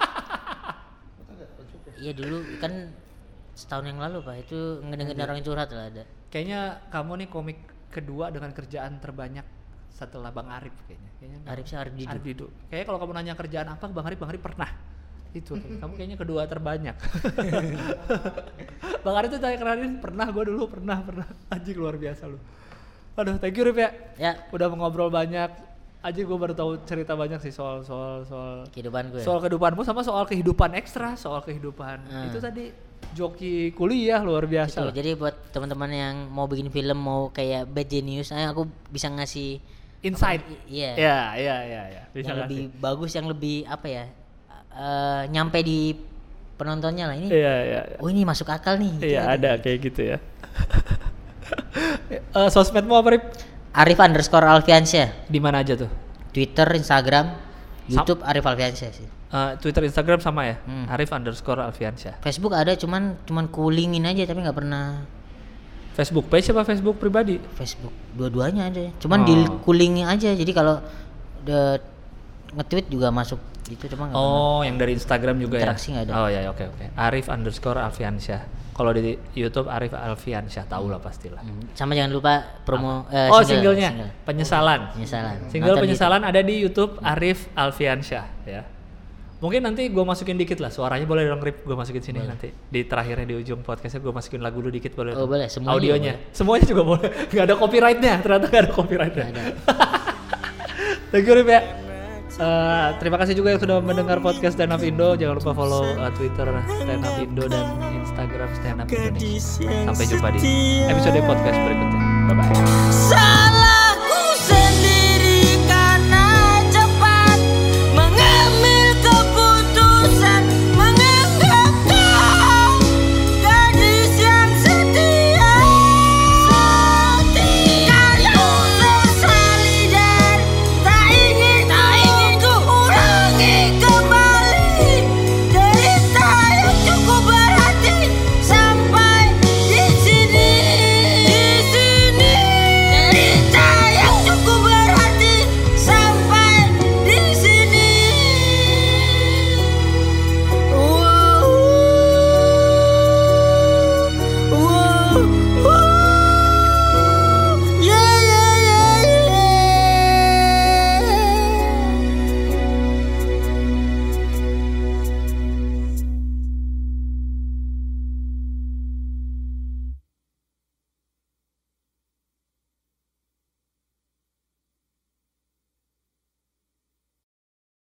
Iya dulu kan setahun yang lalu Pak, itu ngedengerin orang curhat lah ada. Kayaknya kamu nih komik kedua dengan kerjaan terbanyak setelah Bang Arif kayaknya. Arif Didu. Kayaknya kalau kamu nanya kerjaan apa Bang Arif pernah. Itu kamu kayaknya kedua terbanyak. Bang Arif tuh tanya kemarin gue dulu pernah. Anjing luar biasa lu. Aduh, thank you Rif ya. Udah ngobrol banyak. Anjing gue baru tahu cerita banyak sih soal kehidupanku ya. Soal kehidupanmu sama soal kehidupan ekstra, soal kehidupan. Itu tadi joki kuliah luar biasa. Betul, jadi buat teman-teman yang mau bikin film, mau kayak Bad Genius, aku bisa ngasih insight. Iya. Bisa yang lebih bagus, yang lebih apa ya? Nyampe di penontonnya lah ini. Iya. Oh, ini masuk akal nih. Iya, ada kayak gitu ya. Sosmedmu apa, Rip? Arif_Alfiansyah. Di mana aja tuh? Twitter, Instagram, YouTube Arif Alfiansyah sih. Twitter, Instagram sama ya? Arif_Alfiansyah. Facebook ada, cuman kulingin aja tapi nggak pernah. Facebook page apa Facebook pribadi? Facebook, dua-duanya ada. Cuman dikulingin aja. Jadi kalau nge-tweet juga masuk itu, cuma nggak pernah. Yang dari Instagram juga interaksi ya? Interaksi nggak ada. Oh ya, oke. Arif_Alfiansyah. Kalau di YouTube Arif Alfiansyah, tahu lah pastilah. Sama jangan lupa promo singlenya Penyesalan. Single Penyesalan ada di YouTube Arif Alfiansyah ya. Mungkin nanti gue masukin dikit lah suaranya, boleh dong Rip, gue masukin sini nanti di terakhirnya di ujung podcastnya gue masukin lagu dulu dikit, boleh? Boleh, semuanya audionya semuanya juga boleh. Nggak ada copyrightnya, ternyata nggak ada copyrightnya. Thank you Rip ya. Terima kasih juga yang sudah mendengar podcast Stand Up Indo. Jangan lupa follow Twitter Stand Up Indo dan Instagram Stand Up Indonesia. Sampai jumpa di episode podcast berikutnya. Bye bye.